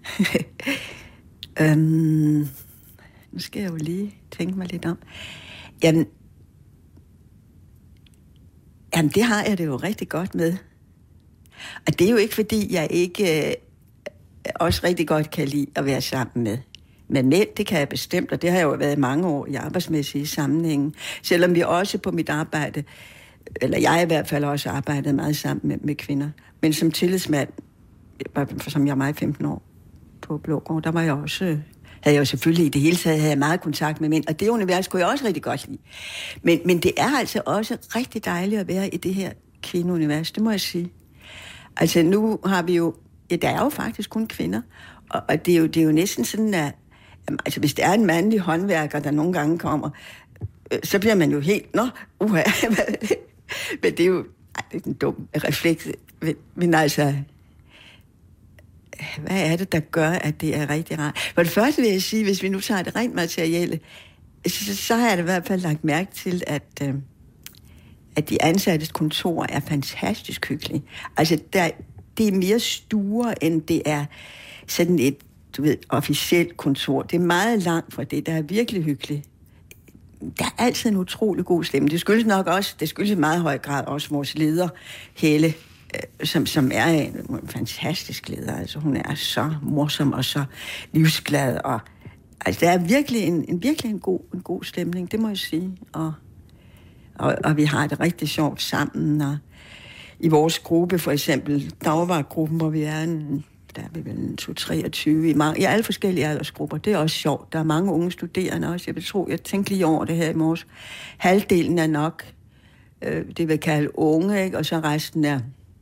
øhm, nu skal jeg jo lige tænke mig lidt om. Jamen, jamen, det har jeg det jo rigtig godt med. Og det er jo ikke, fordi jeg ikke øh, også rigtig godt kan lide at være sammen med. Men mænd, det kan jeg bestemt, og det har jeg jo været i mange år i arbejdsmæssige sammenhænge. Selvom vi også på mit arbejde, eller jeg i hvert fald også arbejdet meget sammen med, med kvinder. Men som tillidsmand, som jeg var i femten år på Blågård, der var jeg også, havde jeg jo selvfølgelig i det hele taget havde jeg meget kontakt med mænd, og det univers kunne jeg også rigtig godt lide. Men, men det er altså også rigtig dejligt at være i det her kvindeunivers, det må jeg sige. Altså nu har vi jo, ja, der er jo faktisk kun kvinder, og, og det, er jo, det er jo næsten sådan, at jamen, altså hvis der er en mandlig håndværker, der nogle gange kommer, øh, så bliver man jo helt, nå, uha, men det er jo, ej, det er en dum refleks, men, men altså, hvad er det, der gør, at det er rigtig rart? For det første vil jeg sige, hvis vi nu tager det rent materielle, så, så har jeg i hvert fald lagt mærke til, at, øh, at de ansattes kontor er fantastisk hyggelige. Altså, der, det er mere stuer, end det er sådan et, du ved, officielt kontor. Det er meget langt fra det, der er virkelig hyggeligt. Der er altid en utrolig god stemme. Det skyldes nok også, det skyldes i meget høj grad også vores leder, Helle, som, som er en, en fantastisk leder. Altså, hun er så morsom og så livsglad. Og, altså, der er virkelig en, en, virkelig en, god, en god stemning, det må jeg sige. Og, og, og vi har det rigtig sjovt sammen. Og i vores gruppe, for eksempel dagvagtgruppen, hvor vi er en, der er vi vel to treogtyve i, mange, i alle forskellige aldersgrupper. Det er også sjovt. Der er mange unge studerende også. Jeg vil tro, jeg tænkte lige over det her i morges. Halvdelen er nok, øh, det vil kalde unge, ikke? Og så resten er,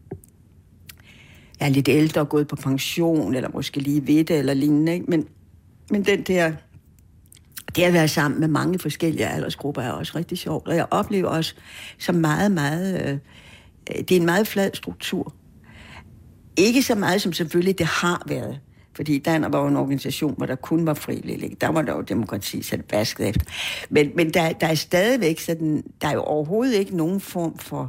er lidt ældre og gået på pension, eller måske lige ved det, eller lignende, ikke? Men, men den der, det at være sammen med mange forskellige aldersgrupper er også rigtig sjovt. Og jeg oplever også så meget, meget, øh, det er en meget flad struktur. Ikke så meget, som selvfølgelig det har været. Fordi Danner var jo en organisation, hvor der kun var frivillige. Der var der jo demokrati, så det baskede efter. Men, men der, der er stadigvæk sådan, der er jo overhovedet ikke nogen form for...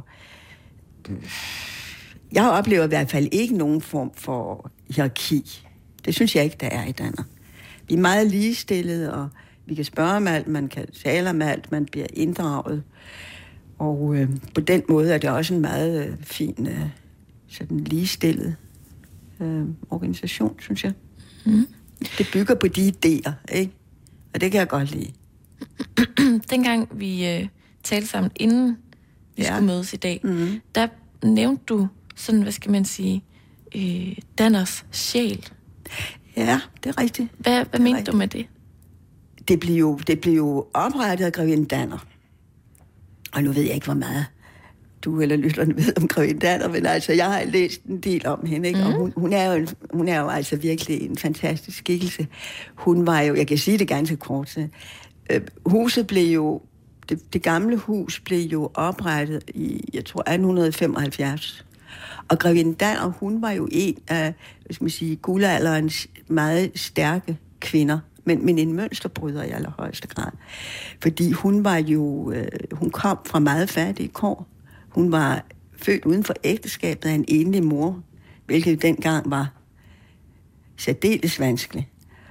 Jeg oplever i hvert fald ikke nogen form for hierarki. Det synes jeg ikke, der er i Danner. Vi er meget ligestillede, og vi kan spørge om alt, man kan tale om alt, man bliver inddraget. Og øh, på den måde er det også en meget øh, fin... Øh, sådan ligestillet øh, organisation, synes jeg. Mm. Det bygger på de idéer, ikke? Og det kan jeg godt lide. Dengang vi øh, talte sammen, inden vi ja. skulle mødes i dag, mm. der nævnte du sådan, hvad skal man sige, øh, Danners sjæl. Ja, det er rigtigt. Hvad, hvad mente du med det? Det blev jo, det blev jo oprettet af grevinde Danner. Og nu ved jeg ikke, hvor meget du eller lytterne ved om grevinde Danner, men altså, jeg har læst en del om hende, ikke? Mm. Og hun, hun, er jo en, hun er jo altså virkelig en fantastisk skikkelse. Hun var jo, jeg kan sige det ganske kort, så, øh, huset blev jo, det, det gamle hus blev jo oprettet i, jeg tror, atten femoghalvfjerds. Og grevinde Danner, hun var jo en af, hvad skal man sige, guldalderens meget stærke kvinder, men, men en mønsterbryder i allerhøjeste grad. Fordi hun var jo, øh, hun kom fra meget fattige kår. Hun var født uden for ægteskabet af en enlig mor, hvilket dengang var særdeles vanskeligt.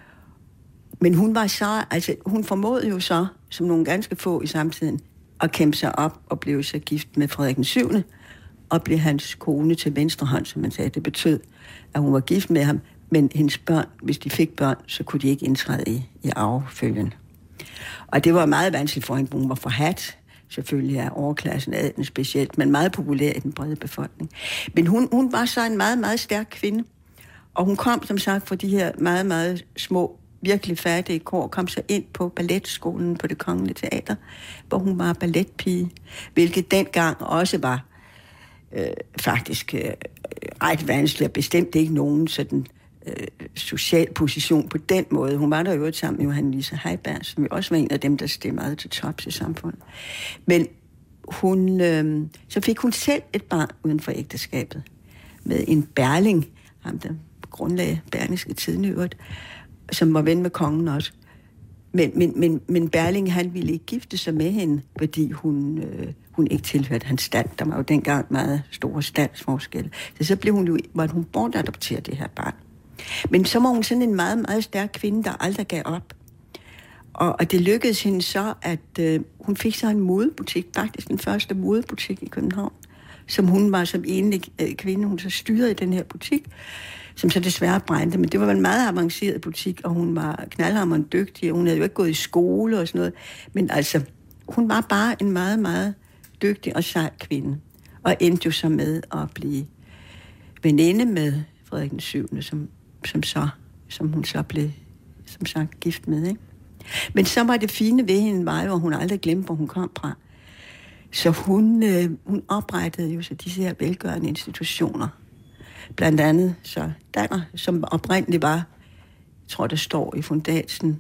Men hun var så, altså hun formåede jo så, som nogle ganske få i samtiden, at kæmpe sig op og blev så gift med Frederik den syvende, og blev hans kone til venstre hånd, som man sagde. Det betød, at hun var gift med ham, men hendes børn, hvis de fik børn, så kunne de ikke indtræde i, i arvefølgen. Og det var meget vanskeligt for hende, hun var forhat. Selvfølgelig er overklassen adelen specielt, men meget populær i den brede befolkning. Men hun, hun var så en meget, meget stærk kvinde, og hun kom, som sagt, fra de her meget, meget små, virkelig fattige kår, kom så ind på balletskolen på Det Kongelige Teater, hvor hun var balletpige, hvilket dengang også var øh, faktisk øh, ret vanskeligt, og bestemt ikke nogen sådan øh, social position på den måde. Hun var der jo sammen med Johanne Lise Heiberg, som jo også var en af dem, der steg meget til tops i samfundet. Men hun, øh, så fik hun selv et barn uden for ægteskabet med en Berling, ham der grundlagde Berlingske Tidende i øvrigt, som var ven med kongen også. Men, men, men, men Berling, han ville ikke gifte sig med hende, fordi hun, øh, hun ikke tilhørte hans stand. Der var jo dengang meget store standsforskelle. Så så blev hun jo, måtte hun bortadoptere det her barn. Men så var hun sådan en meget, meget stærk kvinde, der aldrig gav op. Og, og det lykkedes hende så, at øh, hun fik så en modebutik, faktisk den første modebutik i København, som hun var som enlig øh, kvinde. Hun så styrede i den her butik, som så desværre brændte. Men det var en meget avanceret butik, og hun var knaldhamrende dygtig, og hun havde jo ikke gået i skole og sådan noget. Men altså, hun var bare en meget, meget dygtig og sej kvinde. Og endte jo så med at blive veninde med Frederik den syvende, som, som, så, som hun så blev, som sagt, gift med, ikke? Men så var det fine ved hende, var jo, at hun aldrig glemte, hvor hun kom fra. Så hun, øh, hun oprettede jo så disse her velgørende institutioner. Blandt andet så Danner, som oprindeligt var, jeg tror, der står i fundatsen,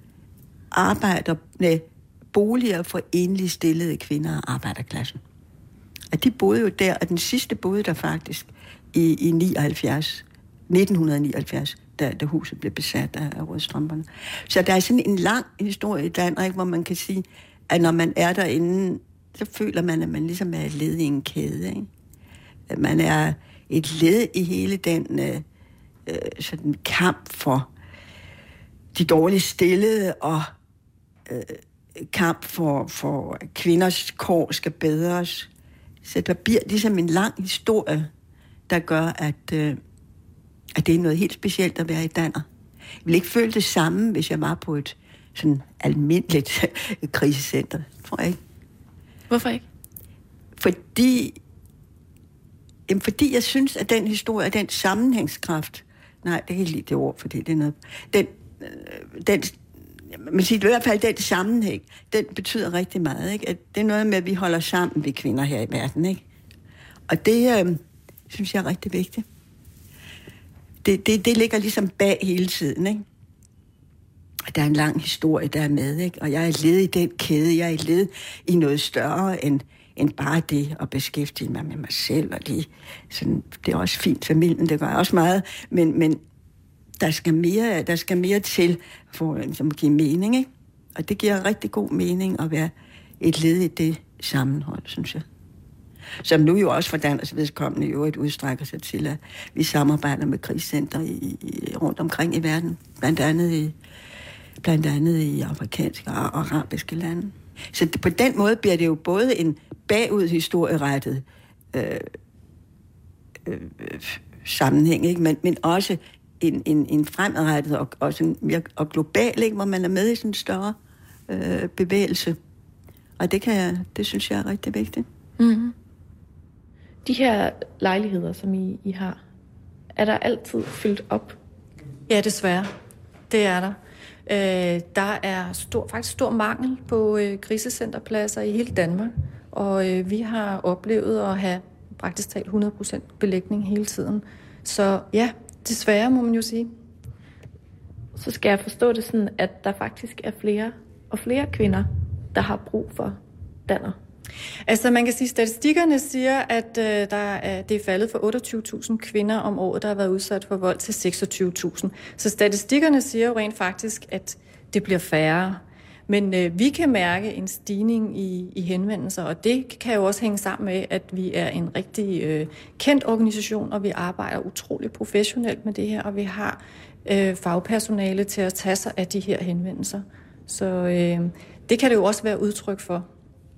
arbejder med boliger for enlige stillede kvinder og arbejderklassen. Og de boede jo der, og den sidste boede der faktisk i, i nioghalvfjerds, nitten nioghalvfjerds, da, da huset blev besat af, af rødstrømperne. Så der er sådan en lang historie i Danner, hvor man kan sige, at når man er derinde, så føler man, at man ligesom er et led i en kæde, ikke? At man er et led i hele den øh, sådan kamp for de dårligt stillede, og øh, kamp for, for at kvinders kår skal bedres. Så der bliver ligesom en lang historie, der gør, at, øh, at det er noget helt specielt at være i Danner. Jeg ville ikke føle det samme, hvis jeg var på et sådan almindeligt krisecenter, tror jeg ikke. Hvorfor ikke? Fordi, jamen fordi jeg synes, at den historie, den sammenhængskraft, nej, det er ikke lige det ord, fordi det er noget, den, den, man siger i hvert fald, den sammenhæng, den betyder rigtig meget, ikke? At det er noget med, at vi holder sammen, vi kvinder her i verden, ikke? Og det øh, synes jeg er rigtig vigtigt. Det, det, det ligger ligesom bag hele tiden, ikke? Der er en lang historie, der er med, ikke? Og jeg er et led i den kæde. Jeg er et led i noget større end, end bare det at beskæftige mig med mig selv. Og lige sådan, det er også fint, familien, det gør også meget. Men, men der, skal mere, der skal mere til for ligesom, at give mening, ikke? Og det giver rigtig god mening at være et led i det sammenhold, synes jeg. Som nu jo også for Danners vedkommende jo et udstrækker sig til, at vi samarbejder med krigscenter i, i, rundt omkring i verden. Blandt andet i blandt andet i afrikanske og arabiske lande. Så det, på den måde bliver det jo både en bagud historierettet øh, øh, sammenhæng, ikke? Men, men også en, en, en fremadrettet og, og, sådan, og global, ikke? Hvor man er med i sådan en større øh, bevægelse. Og det, kan jeg, det synes jeg er rigtig vigtigt. Mm-hmm. De her lejligheder, som I, I har, er der altid fyldt op? Ja, desværre. Det er der. Øh, der er stor, faktisk stor mangel på øh, krisecenterpladser i hele Danmark. og øh, vi har oplevet at have praktisk talt hundrede procent belægning hele tiden. Så ja, desværre må man jo sige. Så skal jeg forstå det sådan, at der faktisk er flere og flere kvinder, der har brug for danner. Altså man kan sige, at statistikkerne siger, at øh, der er, det er faldet fra otteogtyve tusind kvinder om året, der har været udsat for vold, til seksogtyve tusind. Så statistikkerne siger jo rent faktisk, at det bliver færre. Men øh, vi kan mærke en stigning i, i henvendelser, og det kan jo også hænge sammen med, at vi er en rigtig øh, kendt organisation, og vi arbejder utrolig professionelt med det her, og vi har øh, fagpersonale til at tage sig af de her henvendelser. Så øh, det kan det jo også være udtryk for.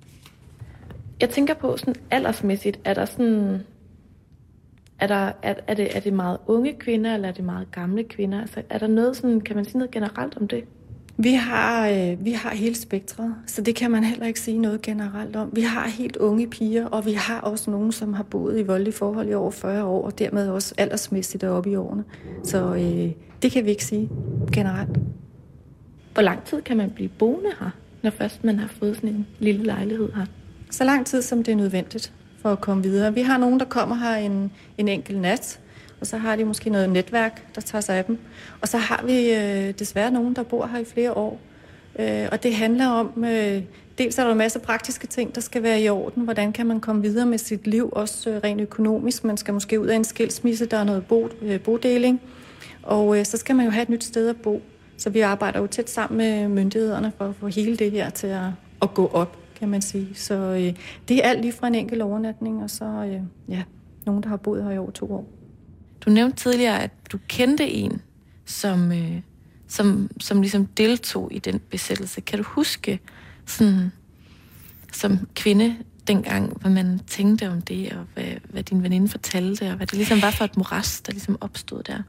Jeg tænker på sådan aldersmæssigt, er der sådan, er, der, er, er, det, er det meget unge kvinder, eller er det meget gamle kvinder? Altså, er der noget sådan, kan man sige noget generelt om det? Vi har, øh, vi har hele spektret, så det kan man heller ikke sige noget generelt om. Vi har helt unge piger, og vi har også nogen, som har boet i voldelige forhold i over fyrre år, og dermed også aldersmæssigt deroppe i årene. Så øh, det kan vi ikke sige generelt. Hvor lang tid kan man blive boende her, når først man har fået sådan en lille lejlighed her? Så lang tid, som det er nødvendigt for at komme videre. Vi har nogen, der kommer her en, en enkelt nat, og så har de måske noget netværk, der tager sig af dem. Og så har vi øh, desværre nogen, der bor her i flere år. Øh, og det handler om, øh, dels er der en masse praktiske ting, der skal være i orden. Hvordan kan man komme videre med sit liv, også øh, rent økonomisk. Man skal måske ud af en skilsmisse, der er noget bo, øh, bodeling. Og øh, så skal man jo have et nyt sted at bo. Så vi arbejder jo tæt sammen med myndighederne for at få hele det her til at, at gå op, kan man sige. Så øh, det er alt lige fra en enkelt overnatning, og så øh, ja, nogen, der har boet her i over to år. Du nævnte tidligere, at du kendte en, som, øh, som, som ligesom deltog i den besættelse. Kan du huske, sådan, som kvinde dengang, hvad man tænkte om det, og hvad, hvad din veninde fortalte, og hvad det ligesom var for et moras, der ligesom opstod der?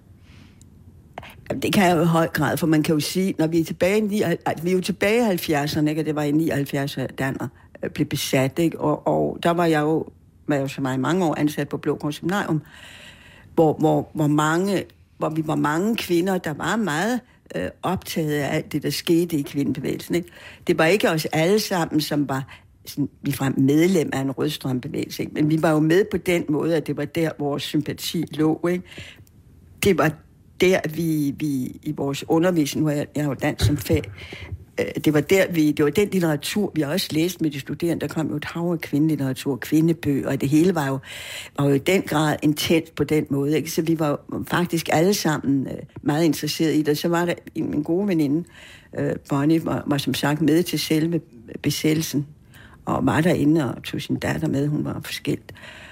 Det kan jeg jo i høj grad, for man kan jo sige, når vi er tilbage i, vi er jo tilbage i halvfjerdserne, ikke? Det var i nioghalvfjerds, at Danner blev besat, ikke? Og, og der var jeg jo, var jeg jo så meget mange år ansat på Blågård Seminarium, hvor, hvor, hvor, mange, hvor vi var mange kvinder, der var meget øh, optaget af alt det, der skete i kvindebevægelsen, ikke? Det var ikke os alle sammen, som var sådan, vi var medlem af en rødstrømbevægelse, ikke? Men vi var jo med på den måde, at det var der, vores sympati lå, ikke? Det var der, vi, vi i vores undervisning, hvor jeg, jeg er jo dansk som fag, øh, det var der, vi, det var den litteratur, vi også læste med de studerende. Der kom jo et hav af kvindelitteratur, kvindebøger, og det hele var jo, var jo i den grad intens på den måde, ikke? Så vi var faktisk alle sammen øh, meget interesserede i det. Så var der en, en gode veninde, øh, Bonnie, var, var som sagt med til selve besættelsen, og var derinde og tog sin datter med, hun var forskilt.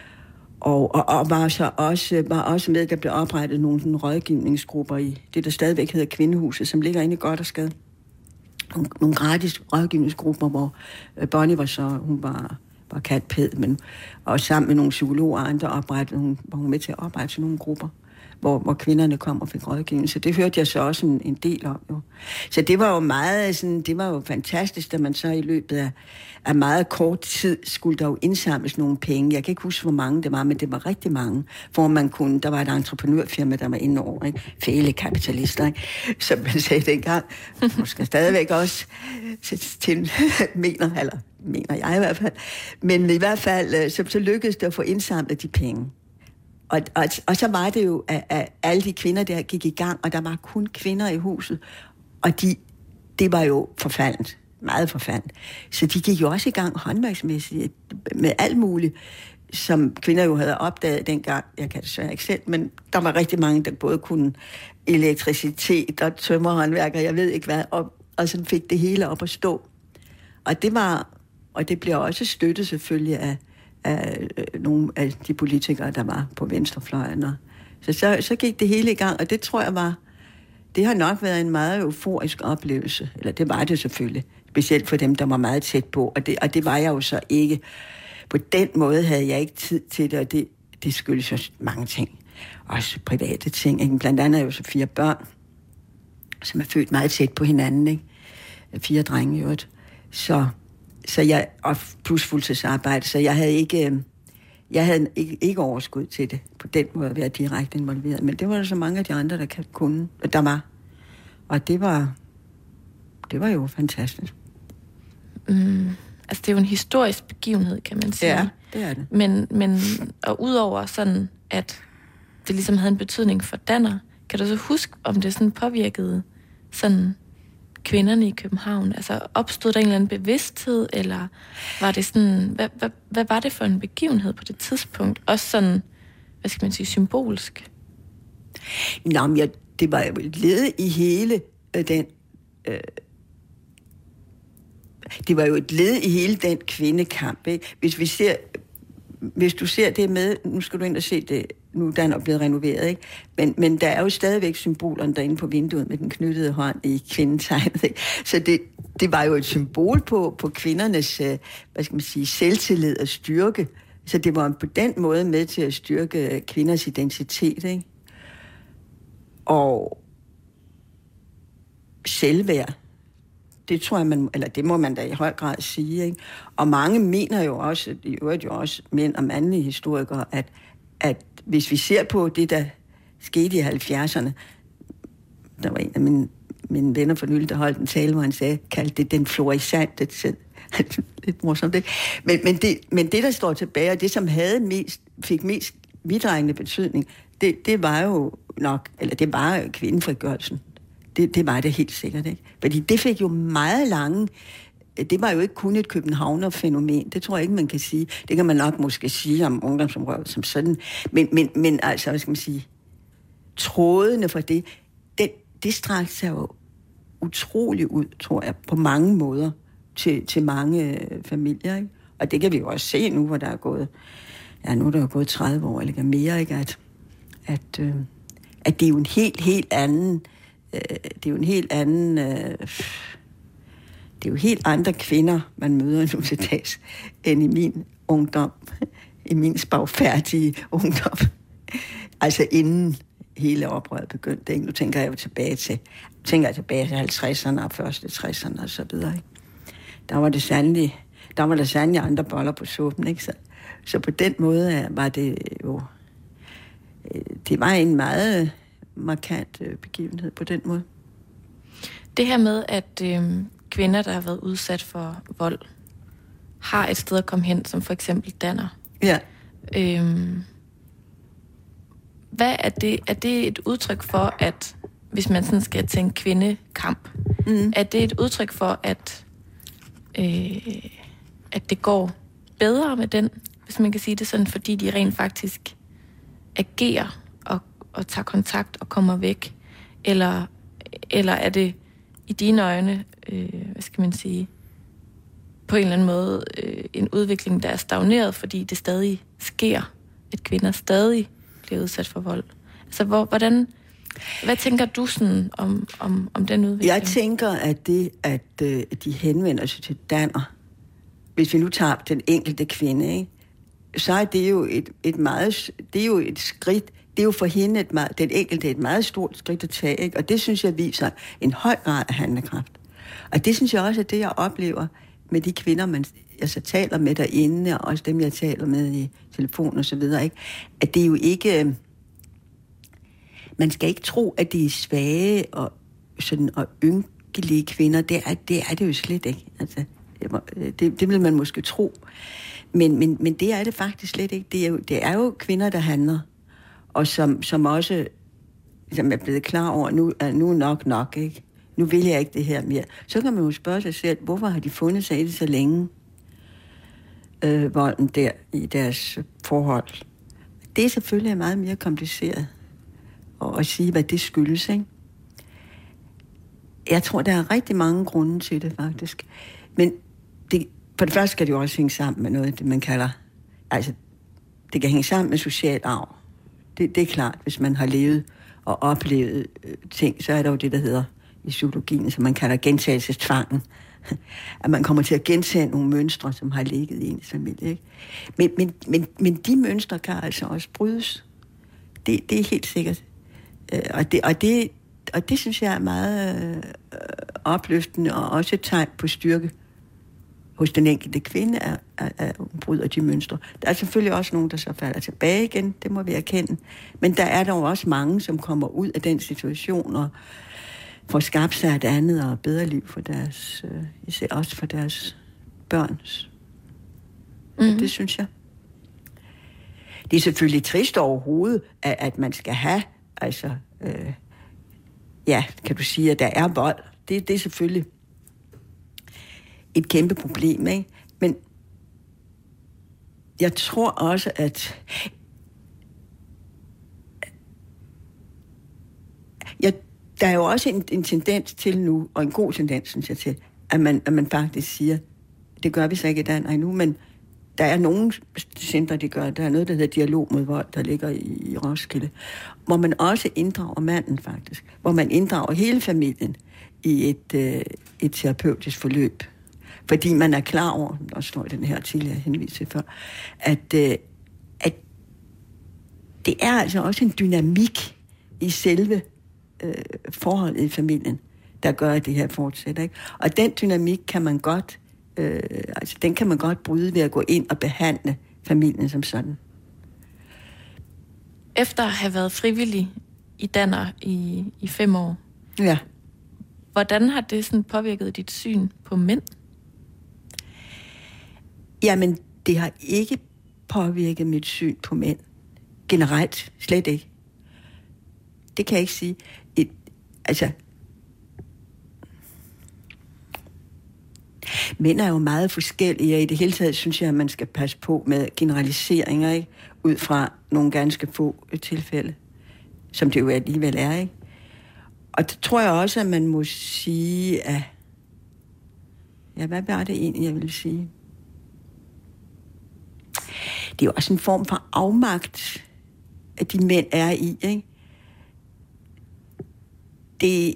Og, og, og var så også, var også med, der blev oprettet nogle sådan, rådgivningsgrupper i det, der stadigvæk hedder Kvindehuset, som ligger inde i Gothersgade. Nogle, nogle gratis rådgivningsgrupper, hvor øh, Bonnie var så, hun var, var katpæd, men og sammen med nogle psykologer og andre oprettede hun, var hun med til at oprette sådan nogle grupper, hvor, hvor kvinderne kom og fik rådgivning. Så det hørte jeg så også en, en del om. Jo. Så det var jo meget sådan, det var jo fantastisk, da man så i løbet af, af meget kort tid skulle der jo indsamles nogle penge. Jeg kan ikke huske, hvor mange det var, men det var rigtig mange, hvor man kunne, der var et entreprenørfirma, der var inde over, ikke? Fæle kapitalister, ikke? Som man sagde dengang, måske stadigvæk også til, mener, eller mener jeg i hvert fald, men i hvert fald, så, så lykkedes det at få indsamlet de penge. Og, og, og så var det jo, at, at alle de kvinder, der gik i gang, og der var kun kvinder i huset, og de, det var jo forfaldent, meget forfaldent. Så de gik jo også i gang håndværksmæssigt med alt muligt, som kvinder jo havde opdaget dengang. Jeg kan desværre ikke selv, men der var rigtig mange, der både kunne elektricitet og tømmerhåndværk, og jeg ved ikke hvad, og, og sådan fik det hele op at stå. Og det var, og det blev også støttet selvfølgelig af af øh, nogle af de politikere, der var på venstrefløjen. Så, så, så gik det hele i gang, og det tror jeg var, det har nok været en meget euforisk oplevelse. Eller det var det selvfølgelig, specielt for dem, der var meget tæt på, og det, og det var jeg jo så ikke. På den måde havde jeg ikke tid til det, og det, det skyldes jo mange ting. Også private ting, ikke? Blandt andet er jo så fire børn, som er født meget tæt på hinanden, ikke? Fire drenge i øvrigt. Så Så jeg, og plus fuldtidsarbejde, så jeg havde ikke, jeg havde ikke, ikke overskud til det, på den måde at være direkte involveret. Men det var der så mange af de andre, der kunne, der var. Og det var, det var jo fantastisk. Mm, altså det er jo en historisk begivenhed, kan man sige. Ja, det er det. Men, men og udover sådan, at det ligesom havde en betydning for Danner, kan du så huske, om det sådan påvirkede sådan kvinderne i København? Altså opstod der en eller anden bevidsthed, eller var det sådan, hvad, hvad, hvad var det for en begivenhed på det tidspunkt? Også sådan, hvad skal man sige, symbolsk? Nå, men ja, det var jo et led i hele øh, den... Øh, det var jo et led i hele den kvindekamp, ikke? Hvis vi ser... Hvis du ser det med... Nu skal du ind og se det... Nu der er blevet renoveret, ikke? Men, men der er jo stadigvæk symbolerne derinde på vinduet med den knyttede hånd i kvindetegnet, ikke? Så det, det var jo et symbol på, på kvindernes, hvad skal man sige, selvtillid og styrke. Så det var på den måde med til at styrke kvinders identitet, ikke? Og selvværd. Det tror jeg, man, eller det må man da i høj grad sige, ikke? Og mange mener jo også, i øvrigt jo også mænd og mandlige historikere, at, at hvis vi ser på det, der skete i halvfjerdserne, der var en af mine, mine venner for nylig, der holdt en tale, hvor han sagde, kaldte det den florissante tid. Lidt morsomt, ikke? Men, men, det, men det, der står tilbage, og det, som havde mest, fik mest vidtrækkende betydning, det, det var jo nok, eller det var kvindefrigørelsen. Det, det var det helt sikkert, ikke? Fordi det fik jo meget lange... Det var jo ikke kun et københavner-fænomen. Det tror jeg ikke, man kan sige. Det kan man nok måske sige om ungdomsområdet som sådan. Men, men, men altså, hvad skal man sige... Trådene for det, det, det strakte sig jo utroligt ud, tror jeg, på mange måder til, til mange familier, ikke? Og det kan vi jo også se nu, hvor der er gået... Ja, nu er der jo gået tredive år, eller mere, ikke? At, at, øh, at det er jo en helt, helt anden... Øh, det er jo en helt anden... Øh, Det er jo helt andre kvinder, man møder nu til dags, end i min ungdom. I min spagfærdige ungdom. Altså inden hele oprøret begyndte. Ikke? Nu tænker jeg jo tilbage til, tænker jeg tilbage til halvtredserne og første tresserne og så videre. Ikke? Der var det sandelig, der var der sandelig andre boller på suppen. Ikke? Så, så på den måde var det jo... Det var en meget markant begivenhed på den måde. Det her med, at... Øh... kvinder, der har været udsat for vold, har et sted at komme hen, som for eksempel Danner. Ja. Øhm, hvad er det? Er det et udtryk for, at hvis man sådan skal tænke kvindekamp, mm. er det et udtryk for, at, øh, at det går bedre med den, hvis man kan sige det sådan, fordi de rent faktisk agerer og, og tager kontakt og kommer væk? Eller, eller er det i dine øjne, øh, hvad skal man sige, på en eller anden måde øh, en udvikling, der er stagneret, fordi det stadig sker, at kvinder stadig bliver udsat for vold? Altså, hvor, hvordan, hvad tænker du sådan om, om, om den udvikling? Jeg tænker, at det, at øh, de henvender sig til Danner, hvis vi nu tager den enkelte kvinde, ikke, så er det jo et, et meget, det er jo et skridt. Det er jo for hende et meget, den enkelte et meget stort skridt at tage, ikke? Og det synes jeg viser en høj grad af handlekraft. Og det synes jeg også er det, jeg oplever med de kvinder, man, jeg så taler med derinde, og også dem, jeg taler med i telefon og så videre, ikke? At det er jo ikke... Man skal ikke tro, at de er svage og, sådan, og ynkelige kvinder. Det er, det er det jo slet ikke. Altså, det, det vil man måske tro. Men, men, men det er det faktisk slet ikke. Det er jo, det er jo kvinder, der handler. Og som, som også som er blevet klar over, nu er nu nok nok, ikke? Nu vil jeg ikke det her mere. Så kan man jo spørge sig selv, hvorfor har de fundet sig i det så længe, øh, volden der i deres forhold. Det er selvfølgelig meget mere kompliceret at, at sige, hvad det skyldes, ikke? Jeg tror, der er rigtig mange grunde til det, faktisk. Men det, for det første skal det jo også hænge sammen med noget, det man kalder... Altså, det kan hænge sammen med social arv. Det, det er klart, hvis man har levet og oplevet øh, ting, så er der jo det, der hedder i psykologien, som man kalder gentagelsestvangen. At man kommer til at gentage nogle mønstre, som har ligget i ens familie. Ikke? Men, men, men, men de mønstre kan altså også brydes. Det, det er helt sikkert. Øh, og, det, og, det, og det synes jeg er meget øh, opløftende, og også et tegn på styrke hos den enkelte kvinde, at, at, at hun bryder de mønstre. Der er selvfølgelig også nogen, der så falder tilbage igen, det må vi erkende. Men der er dog også mange, som kommer ud af den situation og får skabt sig et andet og bedre liv for deres, øh, især også for deres børn. Mm. Det synes jeg. Det er selvfølgelig trist overhovedet, at, at man skal have, altså, øh, ja, kan du sige, at der er vold. Det, det er selvfølgelig et kæmpe problem, ikke? Men jeg tror også, at jeg, der er jo også en, en tendens til nu, og en god tendens, synes jeg, til, at man, at man faktisk siger, det gør vi så ikke i Danmark endnu, men der er nogle centre, de gør. Der er noget, der hedder Dialog mod vold, der ligger i, i Roskilde, hvor man også inddrager manden faktisk, hvor man inddrager hele familien i et, øh, et terapeutisk forløb. Fordi man er klar over, der står i den her artikel, jeg henviste til før, at, øh, at det er altså også en dynamik i selve øh, forholdet i familien, der gør, at det her fortsætter. Ikke? Og den dynamik kan man godt, øh, altså den kan man godt bryde ved at gå ind og behandle familien som sådan. Efter at have været frivillig i Danner i, i fem år, ja. Hvordan har det sådan påvirket dit syn på mænd? Jamen, det har ikke påvirket mit syn på mænd. Generelt, slet ikke. Det kan jeg ikke sige. Et, altså, mænd er jo meget forskellige, og i det hele taget synes jeg, at man skal passe på med generaliseringer, ikke? Ud fra nogle ganske få tilfælde, som det jo alligevel er, ikke? Og det tror jeg også, at man må sige, at... Ja, hvad var det egentlig, jeg ville sige? Det er jo også en form for afmagt, at de mænd er i, ikke? Det...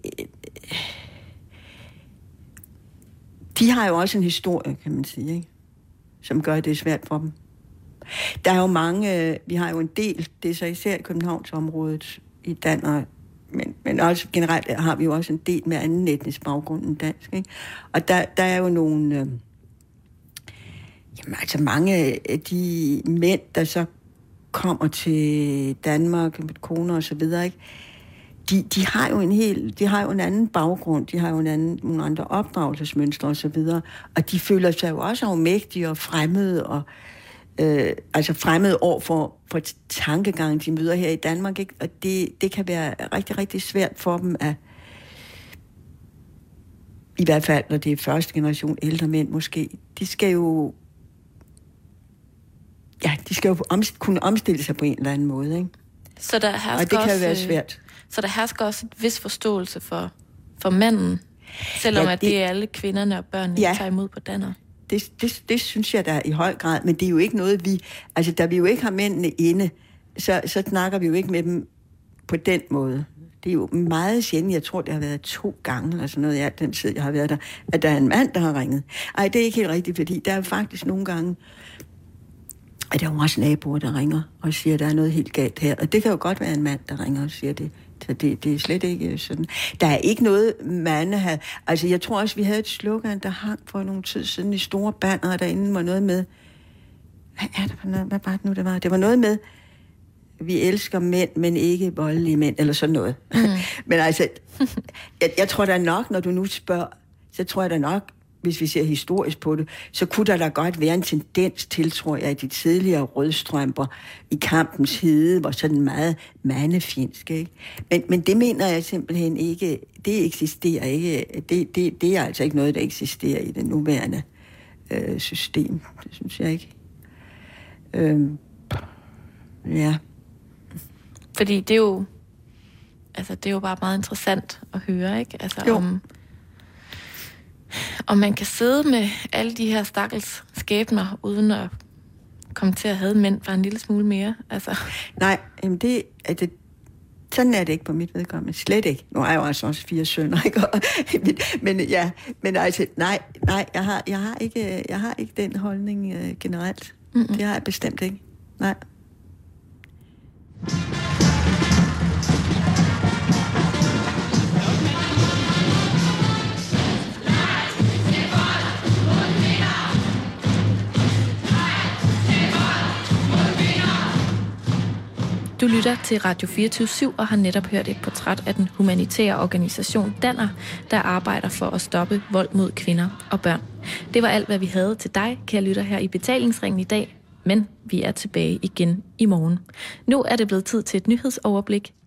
De har jo også en historie, kan man sige, ikke? Som gør, det svært for dem. Der er jo mange... Vi har jo en del, det er så især i Københavnsområdet, i Danmark, men, men også generelt har vi jo også en del med anden etnisk baggrund end dansk, ikke? Og der, der er jo nogle... Øh, jamen altså mange af de mænd, der så kommer til Danmark med koner og så videre, ikke? De, de har jo en hel, de har jo en anden baggrund, de har jo en anden, nogle andre opdragelsesmønstre og så videre, og de føler sig jo også afmægtige og fremmede, og øh, altså fremmede over for, for tankegang, de møder her i Danmark, ikke? Og det, det kan være rigtig, rigtig svært for dem at, i hvert fald, når det er første generation ældre mænd måske, de skal jo ja, de skal jo omst- kunne omstille sig på en eller anden måde, ikke? Så der hersker og det kan også, jo være svært. Så der hersker også et vis forståelse for, for manden, selvom ja, det, at det er alle kvinderne og børnene, ja, der tager imod på Danner. Det, det, det synes jeg da i høj grad, men det er jo ikke noget, vi... Altså, da vi jo ikke har mændene inde, så, så snakker vi jo ikke med dem på den måde. Det er jo meget sjældent, jeg tror, det har været to gange, eller sådan noget, ja, den tid, jeg har været der, at der er en mand, der har ringet. Ej, det er ikke helt rigtigt, fordi der er faktisk nogle gange, at der er jo også naboer, der ringer og siger, at der er noget helt galt her. Og det kan jo godt være en mand, der ringer og siger det. Så det, det er slet ikke sådan. Der er ikke noget, mande havde... Altså, jeg tror også, vi havde et slogan, der hang for nogle tid siden i store banner, derinde var noget med... Hvad er det for noget? Hvad var det nu, det var? Det var noget med, vi elsker mænd, men ikke voldelige mænd, eller sådan noget. Mm. Men altså, jeg, jeg tror da nok, når du nu spørger, så tror jeg da nok, hvis vi ser historisk på det, så kunne der da godt være en tendens til, tror jeg, at de tidligere rødstrømper i kampens hede var sådan meget mandefjendske, ikke? Men, men det mener jeg simpelthen ikke, det eksisterer ikke, det, det, det er altså ikke noget, der eksisterer i det nuværende øh, system, det synes jeg ikke. Øhm, ja. Fordi det er jo, altså det er jo bare meget interessant at høre, ikke? Altså jo. om... Og man kan sidde med alle de her stakkels skæbner, uden at komme til at have mænd bare en lille smule mere. Altså. Nej, jamen det, er det, sådan er det ikke på mit vedkommende. Slet ikke. Nu er jeg jo altså også fire sønner, ikke? men, men ja, men altså, nej, nej, jeg har, jeg har, ikke, jeg har ikke den holdning uh, generelt. Mm-hmm. Det har jeg bestemt ikke. Nej. Du lytter til Radio fireogtyve syv og har netop hørt et portræt af den humanitære organisation Danner, der arbejder for at stoppe vold mod kvinder og børn. Det var alt, hvad vi havde til dig, kære lytter, her i Betalingsringen i dag. Men vi er tilbage igen i morgen. Nu er det blevet tid til et nyhedsoverblik.